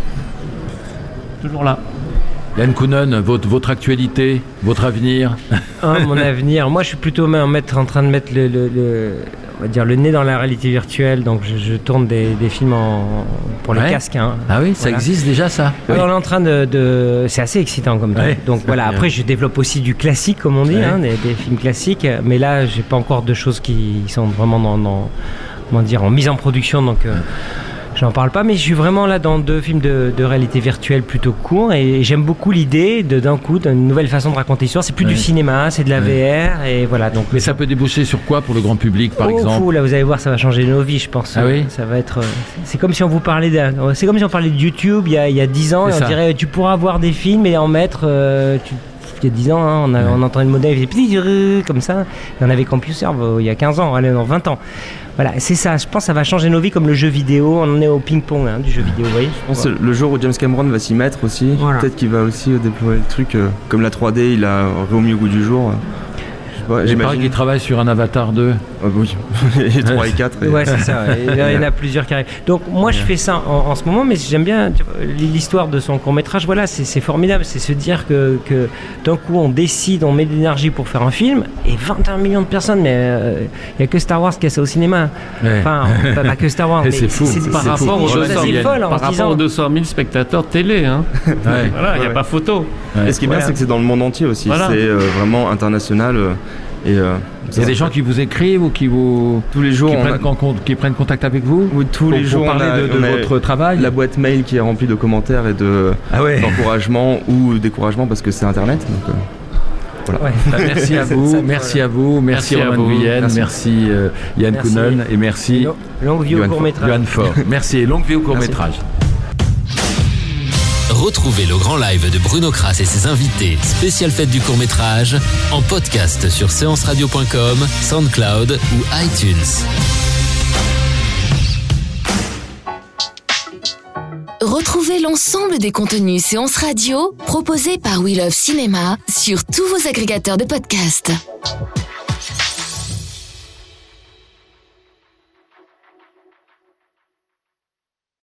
K: Toujours là.
E: Yann Kounen, votre, votre actualité, votre avenir?
L: Ah, mon avenir, moi je suis plutôt en, mettre, en train de mettre le, le, le, on va dire, le nez dans la réalité virtuelle, donc je, je tourne des, des films en, pour les ouais. casques. Hein.
E: Ah oui, ça
L: voilà.
E: existe déjà ça?
L: Alors,
E: oui.
L: On est en train de... de c'est assez excitant comme ouais, donc voilà, bien. Après je développe aussi du classique comme on dit, ouais. hein, des, des films classiques, mais là j'ai pas encore de choses qui sont vraiment dans, dans comment dire, en mise en production, donc... Euh, j'en parle pas, mais je suis vraiment là dans deux films de, de réalité virtuelle plutôt courts et j'aime beaucoup l'idée de d'un coup d'une nouvelle façon de raconter l'histoire. C'est plus ouais. du cinéma, c'est de la ouais. V R et voilà. Donc.
E: Mais ça peut déboucher sur quoi pour le grand public, par
L: oh,
E: exemple?
L: Fou, là, vous allez voir, ça va changer nos vies, je pense.
E: Ah oui.
L: Ça va être. C'est comme si on vous parlait de. C'est comme si on parlait de YouTube il y a il y a dix ans c'est et on ça. Dirait tu pourras voir des films et en mettre. Euh, tu, il y a dix ans, hein, on, a, ouais. on entendait le modèle, il faisait comme ça. Et on avait CompuServe il y a quinze ans, allez, dans vingt ans. Voilà, c'est ça. Je pense que ça va changer nos vies comme le jeu vidéo. On en est au ping-pong hein, du jeu vidéo, vous voyez.
M: Je pense voilà. Le jour où James Cameron va s'y mettre aussi, voilà. peut-être qu'il va aussi déployer le truc. Euh, comme la trois D, il a remis au goût du jour.
E: Ouais, il paraît qu'il travaille sur un Avatar deux.
M: Ah oui, et trois et quatre. Et...
L: Ouais, c'est ça. Il y en a plusieurs qui arrivent. Donc moi, je fais ça en, en ce moment, mais j'aime bien l'histoire de son court-métrage. Voilà, c'est, c'est formidable. C'est se dire que, que d'un coup, on décide, on met de l'énergie pour faire un film, et vingt et un millions de personnes, mais il euh, n'y a que Star Wars qui a ça au cinéma. Ouais. Enfin, pas, pas que Star Wars. Mais
E: c'est fou.
K: C'est, c'est,
L: par
K: c'est
L: rapport,
K: fou.
L: Aux,
K: deux cents mille,
L: folle,
K: par rapport aux deux cent mille spectateurs télé. Hein. Ouais. Voilà, il n'y a ouais. pas photo.
M: Ouais. Et ce qui est bien, voilà. c'est que c'est dans le monde entier aussi. Voilà. C'est euh, vraiment international. Euh, Et euh,
E: il y a des gens qui vous écrivent ou qui vous
M: tous les jours
E: qui, prennent,
M: a...
E: con, qui prennent contact avec vous?
M: Oui, tous
E: pour,
M: les jours
E: pour parler
M: on a,
E: de, de
M: on
E: votre travail.
M: La boîte mail qui est remplie de commentaires et de
E: ah ouais.
M: d'encouragement ou découragement parce que c'est Internet. Donc, euh, voilà.
E: Ouais. Bah, merci à vous, merci à vous, merci, merci Roman Nguyen, merci, merci euh, Yann merci. Kounen et merci
L: longue vie au court métrage.
E: Yann Fort. Merci et longue vie au court métrage.
D: Retrouvez le grand live de Bruno Crass et ses invités, spéciale fête du court-métrage, en podcast sur séance radio point com, SoundCloud ou iTunes.
C: Retrouvez l'ensemble des contenus Séance Radio proposés par We Love Cinéma sur tous vos agrégateurs de podcasts.